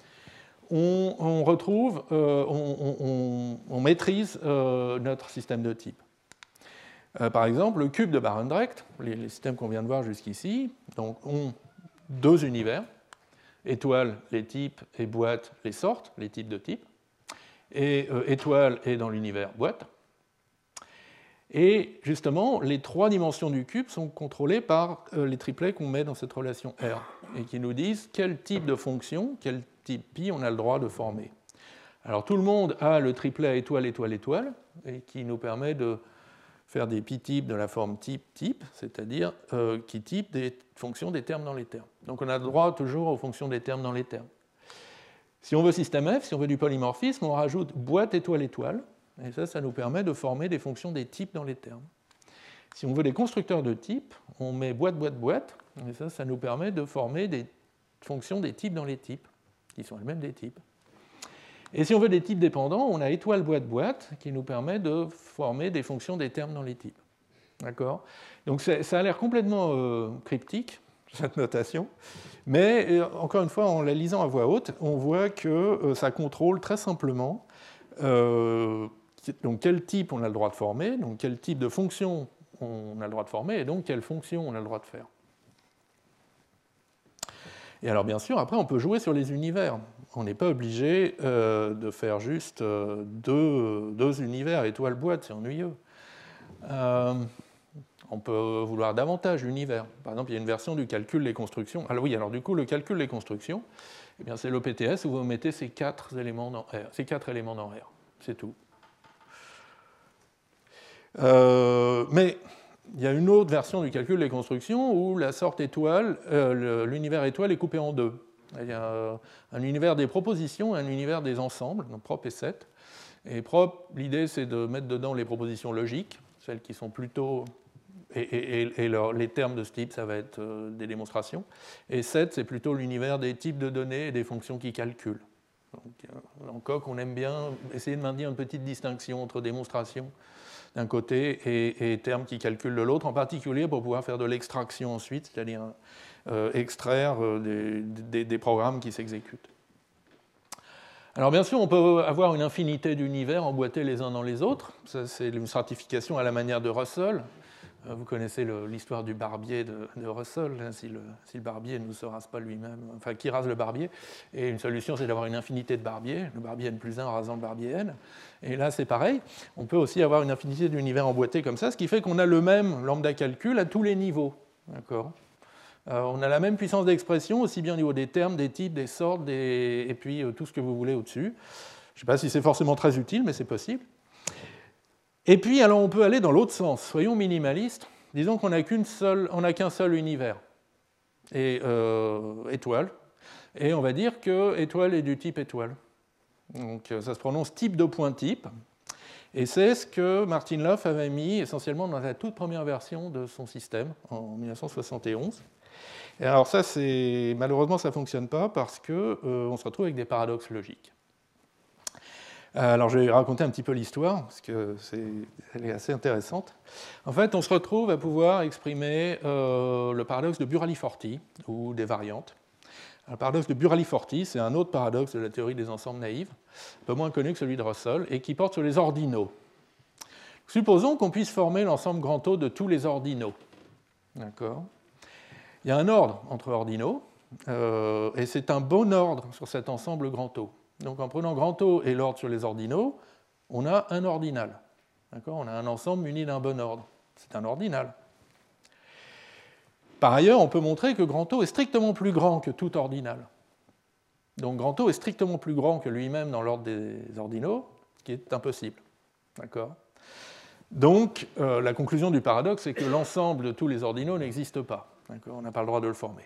on, on retrouve, euh, on, on, on maîtrise euh, notre système de type. Euh, par exemple, le cube de Barendrecht, les, les systèmes qu'on vient de voir jusqu'ici, donc, ont deux univers, étoile, les types, et boîte, les sortes, les types de types. Et euh, étoile est dans l'univers boîte. Et justement, les trois dimensions du cube sont contrôlées par euh, les triplets qu'on met dans cette relation R, et qui nous disent quel type de fonction, quel type pi on a le droit de former. Alors tout le monde a le triplet à étoile, étoile, étoile, et qui nous permet de faire des pi-types de la forme type-type, c'est-à-dire euh, qui type des fonctions des termes dans les termes. Donc on a le droit toujours aux fonctions des termes dans les termes. Si on veut système F, si on veut du polymorphisme, on rajoute boîte, étoile, étoile, et ça, ça nous permet de former des fonctions des types dans les termes. Si on veut des constructeurs de types, on met boîte, boîte, boîte, et ça, ça nous permet de former des fonctions des types dans les types, qui sont elles-mêmes des types. Et si on veut des types dépendants, on a étoile, boîte, boîte, qui nous permet de former des fonctions des termes dans les types. D'accord ? Donc ça a l'air complètement euh, cryptique, cette notation, mais euh, encore une fois, en la lisant à voix haute, on voit que euh, ça contrôle très simplement euh, donc quel type on a le droit de former, donc quel type de fonction on a le droit de former, et donc quelle fonction on a le droit de faire. Et alors bien sûr, après on peut jouer sur les univers. On n'est pas obligé euh, de faire juste euh, deux, deux univers, étoile, boîte, c'est ennuyeux. Euh, On peut vouloir davantage l'univers. Par exemple, il y a une version du calcul des constructions. Alors oui, alors du coup, le calcul des constructions, eh bien, c'est l'O P T S où vous mettez ces quatre éléments dans R. Ces quatre éléments dans R. C'est tout. Euh, mais il y a une autre version du calcul des constructions où la sorte étoile, euh, l'univers étoile est coupé en deux. Il y a un univers des propositions et un univers des ensembles, donc prop et set. Et prop, l'idée, c'est de mettre dedans les propositions logiques, celles qui sont plutôt... Et, et, et leur, les termes de ce type, ça va être euh, des démonstrations. Et set, c'est plutôt l'univers des types de données et des fonctions qui calculent. Donc, euh, en Coq, on aime bien essayer de maintenir une petite distinction entre démonstration d'un côté et, et termes qui calculent de l'autre, en particulier pour pouvoir faire de l'extraction ensuite, c'est-à-dire euh, extraire euh, des, des, des programmes qui s'exécutent. Alors bien sûr, on peut avoir une infinité d'univers emboîtés les uns dans les autres. Ça, c'est une stratification à la manière de Russell. Vous connaissez l'histoire du barbier de, de Russell, hein, si, le, si le barbier ne se rase pas lui-même, enfin qui rase le barbier. Et une solution, c'est d'avoir une infinité de barbiers, le barbier n plus un rasant le barbier n. Et là, c'est pareil. On peut aussi avoir une infinité d'univers emboîtés comme ça, ce qui fait qu'on a le même lambda calcul à tous les niveaux. D'accord. Euh, on a la même puissance d'expression, aussi bien au niveau des termes, des types, des sortes, des... et puis euh, tout ce que vous voulez au-dessus. Je ne sais pas si c'est forcément très utile, mais c'est possible. Et puis, alors, on peut aller dans l'autre sens. Soyons minimalistes. Disons qu'on n'a qu'une seule, on n'a qu'un seul univers, et euh, étoile. Et on va dire que étoile est du type étoile. Donc, ça se prononce type de point type. Et c'est ce que Martin Löf avait mis essentiellement dans la toute première version de son système, en mille neuf cent soixante et onze. Et alors ça, c'est... malheureusement, ça ne fonctionne pas parce qu'on euh, se retrouve avec des paradoxes logiques. Alors, je vais raconter un petit peu l'histoire, parce qu'elle est assez intéressante. En fait, on se retrouve à pouvoir exprimer euh, le paradoxe de Burali-Forti, ou des variantes. Le paradoxe de Burali-Forti, c'est un autre paradoxe de la théorie des ensembles naïfs, un peu moins connu que celui de Russell, et qui porte sur les ordinaux. Supposons qu'on puisse former l'ensemble grand O de tous les ordinaux. D'accord ? Il y a un ordre entre ordinaux, euh, et c'est un bon ordre sur cet ensemble grand O. Donc en prenant grand O et l'ordre sur les ordinaux, on a un ordinal. On a un ensemble muni d'un bon ordre. C'est un ordinal. Par ailleurs, on peut montrer que grand O est strictement plus grand que tout ordinal. Donc grand O est strictement plus grand que lui-même dans l'ordre des ordinaux, ce qui est impossible. D'accord ? Donc euh, la conclusion du paradoxe, c'est que l'ensemble de tous les ordinaux n'existe pas. On n'a pas le droit de le former.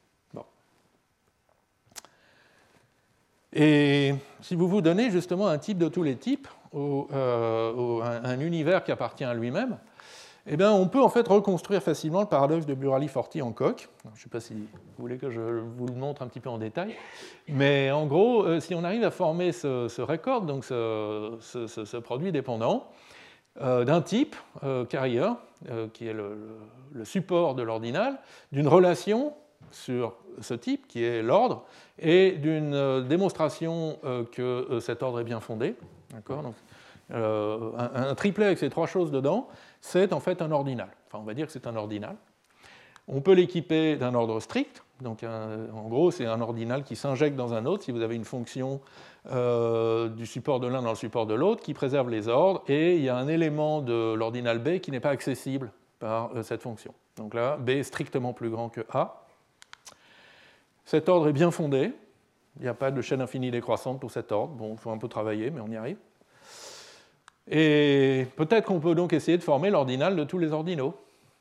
Et si vous vous donnez justement un type de tous les types, ou, euh, ou un, un univers qui appartient à lui-même, eh bien, on peut en fait reconstruire facilement le paradoxe de Burali-Forti en Coq. Je ne sais pas si vous voulez que je vous le montre un petit peu en détail, mais en gros, euh, si on arrive à former ce, ce record, donc ce, ce, ce, ce produit dépendant, euh, d'un type, euh, carrier, euh, qui est le, le, le support de l'ordinal, d'une relation sur ce type, qui est l'ordre, et d'une démonstration que cet ordre est bien fondé. Donc, euh, un, un triplet avec ces trois choses dedans, c'est en fait un ordinal. Enfin, on va dire que c'est un ordinal. On peut l'équiper d'un ordre strict. Donc, un, en gros, c'est un ordinal qui s'injecte dans un autre. Si vous avez une fonction euh, du support de l'un dans le support de l'autre, qui préserve les ordres, et il y a un élément de l'ordinal B qui n'est pas accessible par euh, cette fonction. Donc là, B est strictement plus grand que A. Cet ordre est bien fondé. Il n'y a pas de chaîne infinie décroissante pour cet ordre. Bon, il faut un peu travailler, mais on y arrive. Et peut-être qu'on peut donc essayer de former l'ordinal de tous les ordinaux. D'accord ?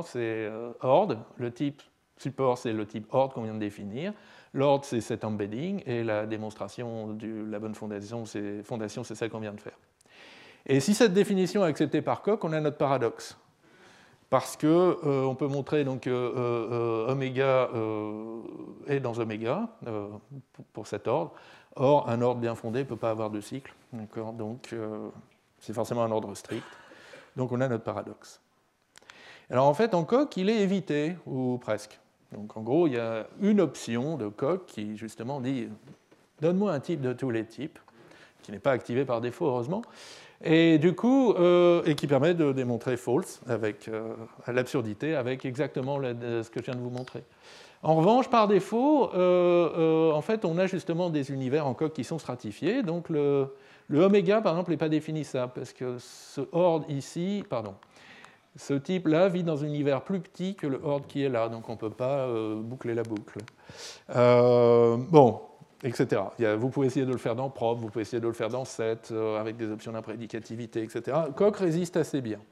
C'est euh, ordre. Le type support, c'est le type ordre qu'on vient de définir. L'ordre, c'est cet embedding. Et la démonstration de la bonne fondation, c'est, fondation, c'est celle qu'on vient de faire. Et si cette définition est acceptée par Coq, on a notre paradoxe. Parce qu'on euh, peut montrer donc, que euh, euh, oméga euh, est dans oméga, euh, pour, pour cet ordre. Or, un ordre bien fondé ne peut pas avoir de cycle. Donc, euh, c'est forcément un ordre strict. Donc, on a notre paradoxe. Alors, en fait, en Coq, il est évité, ou presque. Donc, en gros, il y a une option de Coq qui, justement, dit « donne-moi un type de tous les types », qui n'est pas activé par défaut, heureusement. Et du coup, euh, et qui permet de démontrer false avec euh, l'absurdité, avec exactement le, ce que je viens de vous montrer. En revanche, par défaut, euh, euh, en fait, on a justement des univers en Coq qui sont stratifiés. Donc le, le oméga, par exemple, n'est pas définissable, parce que ce ordre ici, pardon, ce type-là vit dans un univers plus petit que le horde qui est là, donc on ne peut pas euh, boucler la boucle. Euh, bon, et cetera. Il y a, vous pouvez essayer de le faire dans prop, vous pouvez essayer de le faire dans set, euh, avec des options d'imprédicativité, et cetera. Coq résiste assez bien.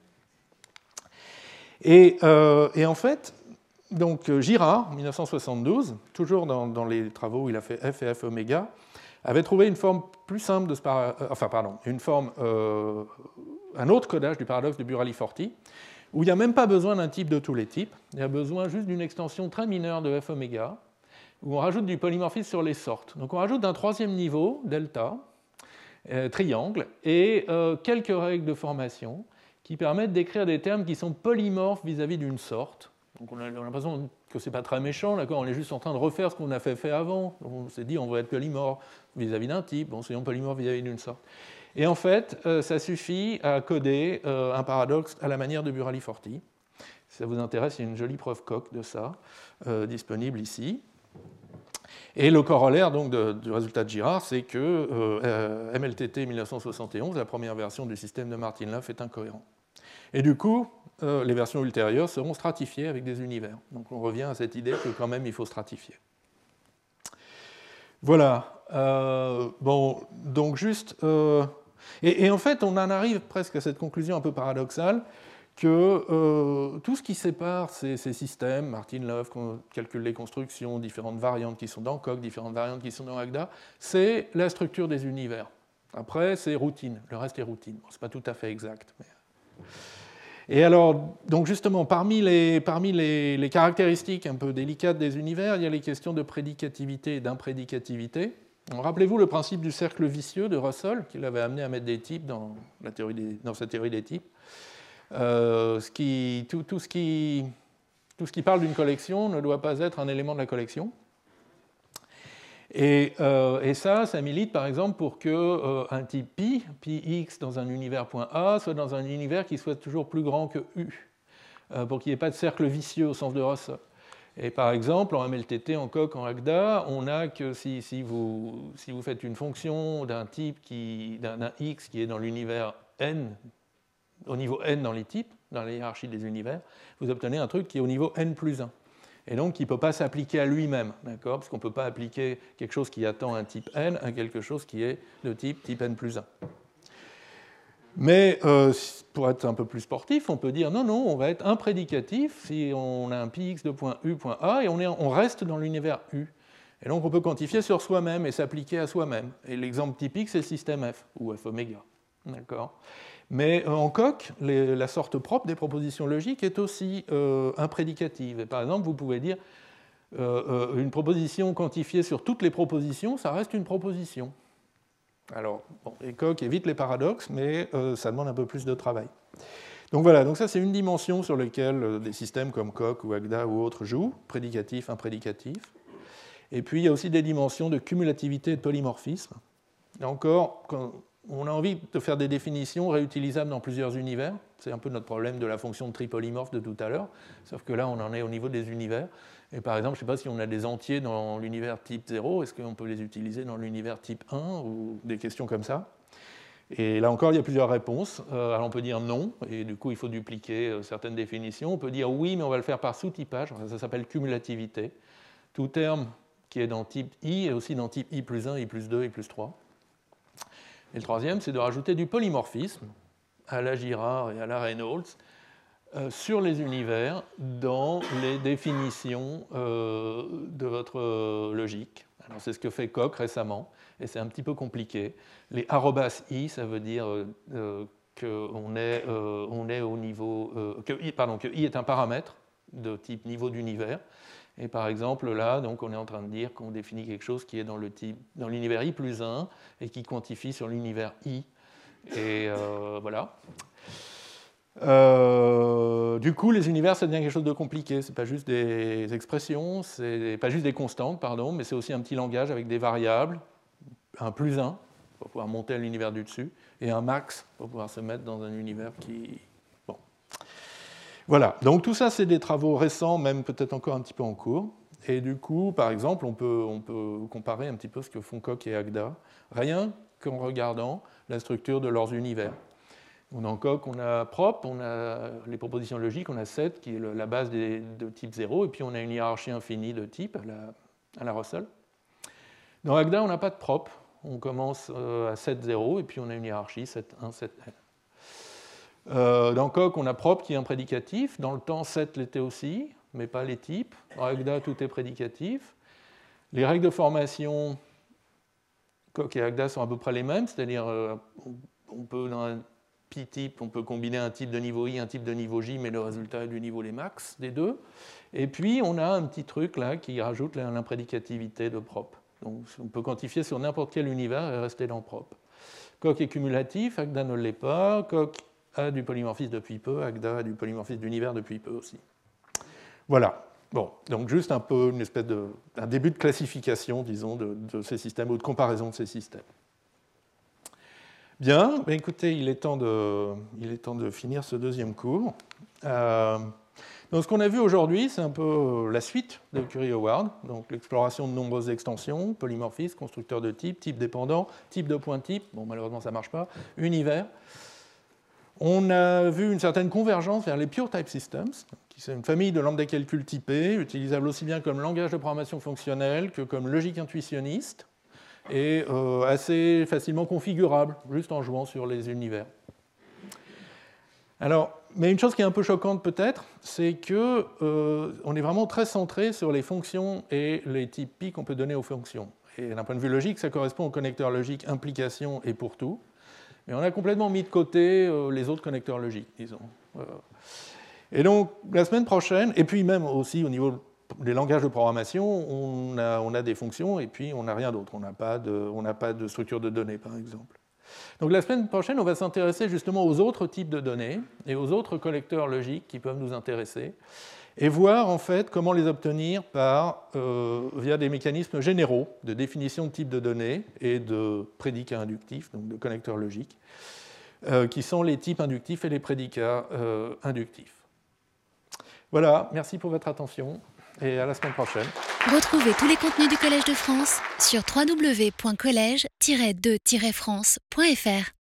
Et, euh, et en fait, donc Girard, en mille neuf cent soixante-douze, toujours dans, dans les travaux où il a fait F et F oméga, avait trouvé une forme plus simple de ce para... enfin pardon, une forme, euh, un autre codage du paradoxe de Burali-Forti, où il n'y a même pas besoin d'un type de tous les types, il y a besoin juste d'une extension très mineure de F oméga, où on rajoute du polymorphisme sur les sortes. Donc on rajoute un troisième niveau, delta, euh, triangle, et euh, quelques règles de formation qui permettent d'écrire des termes qui sont polymorphes vis-à-vis d'une sorte. Donc on a l'impression que ce n'est pas très méchant, d'accord, on est juste en train de refaire ce qu'on a fait, fait avant. Donc on s'est dit on va être polymorphe vis-à-vis d'un type, bon, soyons polymorphes vis-à-vis d'une sorte. Et en fait, euh, ça suffit à coder euh, un paradoxe à la manière de Burali-Forti. Si ça vous intéresse, il y a une jolie preuve Coq de ça, euh, disponible ici. Et le corollaire donc, de, du résultat de Girard, c'est que euh, M L T T mille neuf cent soixante et onze, la première version du système de Martin-Löf, est incohérent. Et du coup, euh, les versions ultérieures seront stratifiées avec des univers. Donc on revient à cette idée que quand même il faut stratifier. Voilà. Euh, bon, donc juste... Euh, et, et en fait, on en arrive presque à cette conclusion un peu paradoxale que euh, tout ce qui sépare ces, ces systèmes, Martin-Löf calcule les constructions, différentes variantes qui sont dans Coq, différentes variantes qui sont dans Agda, c'est la structure des univers. Après, c'est routine, le reste est routine. Bon, ce n'est pas tout à fait exact. Mais... Et alors, donc justement, parmi, les, parmi les, les caractéristiques un peu délicates des univers, il y a les questions de prédicativité et d'imprédicativité. Rappelez-vous le principe du cercle vicieux de Russell, qui l'avait amené à mettre des types dans, la théorie des, dans sa théorie des types. Euh, ce qui, tout, tout, ce qui, tout ce qui parle d'une collection ne doit pas être un élément de la collection. Et, euh, et ça, ça milite par exemple pour qu'un euh, type pi, pi x dans un univers point A, soit dans un univers qui soit toujours plus grand que U, euh, pour qu'il n'y ait pas de cercle vicieux au sens de Russell. Et par exemple, en M L T T, en Coq, en Agda, on a que si, si, vous, si vous faites une fonction d'un type, qui, d'un x qui est dans l'univers n, au niveau n dans les types, dans la hiérarchie des univers, vous obtenez un truc qui est au niveau n plus un. Et donc qui ne peut pas s'appliquer à lui-même, d'accord, parce qu'on ne peut pas appliquer quelque chose qui attend un type n à quelque chose qui est de type, type n plus un. Mais euh, pour être un peu plus sportif, on peut dire non, non, on va être imprédicatif si on a un pi x de point U, point A, et on, est, on reste dans l'univers U. Et donc on peut quantifier sur soi-même et s'appliquer à soi-même. Et l'exemple typique, c'est le système F, ou F oméga. D'accord. Mais en Coq, les, la sorte propre des propositions logiques est aussi euh, imprédicative. Et par exemple, vous pouvez dire euh, euh, une proposition quantifiée sur toutes les propositions, ça reste une proposition. Alors, bon, et Coq évite les paradoxes, mais euh, ça demande un peu plus de travail. Donc voilà, donc ça c'est une dimension sur laquelle euh, des systèmes comme Coq ou Agda ou autres jouent, prédicatif, imprédicatif. Et puis il y a aussi des dimensions de cumulativité et de polymorphisme. Là encore, quand on a envie de faire des définitions réutilisables dans plusieurs univers. C'est un peu notre problème de la fonction de tripolymorphe de tout à l'heure, sauf que là, on en est au niveau des univers. Et par exemple, je ne sais pas si on a des entiers dans l'univers type zéro, est-ce qu'on peut les utiliser dans l'univers type un, ou des questions comme ça. Et là encore, il y a plusieurs réponses. Alors on peut dire non, et du coup, il faut dupliquer certaines définitions. On peut dire oui, mais on va le faire par sous-typage, ça s'appelle cumulativité. Tout terme qui est dans type I est aussi dans type I plus un, I plus deux, I plus trois. Et le troisième, c'est de rajouter du polymorphisme à la Girard et à la Reynolds euh, sur les univers dans les définitions euh, de votre logique. Alors, c'est ce que fait Coq récemment, et c'est un petit peu compliqué. Les arrobas i, ça veut dire euh, qu'on est, euh, on est au niveau... Euh, que, i, pardon, que i est un paramètre de type niveau d'univers. Et par exemple, là, donc, on est en train de dire qu'on définit quelque chose qui est dans, le type, dans l'univers i plus un et qui quantifie sur l'univers i. Et euh, voilà. Euh, du coup, les univers, ça devient quelque chose de compliqué. Ce n'est pas juste des expressions, c'est pas juste des constantes, pardon, mais c'est aussi un petit langage avec des variables, un plus un, pour pouvoir monter à l'univers du dessus, et un max, pour pouvoir se mettre dans un univers qui... Voilà, donc tout ça, c'est des travaux récents, même peut-être encore un petit peu en cours. Et du coup, par exemple, on peut, on peut comparer un petit peu ce que font Coq et Agda, rien qu'en regardant la structure de leurs univers. Dans Coq, on a prop, on a les propositions logiques, on a set qui est la base des, de type zéro, et puis on a une hiérarchie infinie de type à la, à la Russell. Dans Agda, on n'a pas de prop. On commence à sept zéro, et puis on a une hiérarchie sept un, sept n. Euh, dans Coq, on a prop qui est un prédicatif. Dans le temps, set l'était aussi, mais pas les types. Dans Agda, tout est prédicatif. Les règles de formation, Coq et Agda sont à peu près les mêmes, c'est-à-dire euh, on peut, dans un P-type, on peut combiner un type de niveau I, un type de niveau J, mais le résultat est du niveau les max des deux. Et puis, on a un petit truc là qui rajoute l'imprédicativité de prop. Donc, on peut quantifier sur n'importe quel univers et rester dans prop. Coq est cumulatif, Agda ne l'est pas. Coq a du polymorphisme depuis peu, Agda a du polymorphisme d'univers depuis peu aussi. Voilà. Bon, donc juste un peu une espèce de un début de classification, disons, de, de ces systèmes ou de comparaison de ces systèmes. Bien, ben écoutez, il est, temps de, il est temps de finir ce deuxième cours. Euh, donc ce qu'on a vu aujourd'hui, c'est un peu la suite de Curie-Howard, donc l'exploration de nombreuses extensions, polymorphisme, constructeur de type, type dépendant, type de point type, bon malheureusement ça ne marche pas, univers. On a vu une certaine convergence vers les pure type systems, qui sont une famille de lambda calcul typés, utilisables aussi bien comme langage de programmation fonctionnelle que comme logique intuitionniste, et euh, assez facilement configurable, juste en jouant sur les univers. Alors, mais une chose qui est un peu choquante peut-être, c'est qu'on euh, est vraiment très centré sur les fonctions et les types pi qu'on peut donner aux fonctions. Et d'un point de vue logique, ça correspond au connecteur logique implication et pour tout. Mais on a complètement mis de côté euh, les autres connecteurs logiques, disons. Euh, et donc, la semaine prochaine, et puis même aussi au niveau des langages de programmation, on a, on a des fonctions et puis on n'a rien d'autre. On n'a pas de, on n'a pas de structure de données, par exemple. Donc la semaine prochaine, on va s'intéresser justement aux autres types de données et aux autres collecteurs logiques qui peuvent nous intéresser et voir en fait comment les obtenir par, euh, via des mécanismes généraux de définition de types de données et de prédicats inductifs, donc de connecteurs logiques, euh, qui sont les types inductifs et les prédicats euh, inductifs. Voilà, merci pour votre attention. Et à la semaine prochaine. Retrouvez tous les contenus du Collège de France sur w w w point collège tiret de tiret france point f r.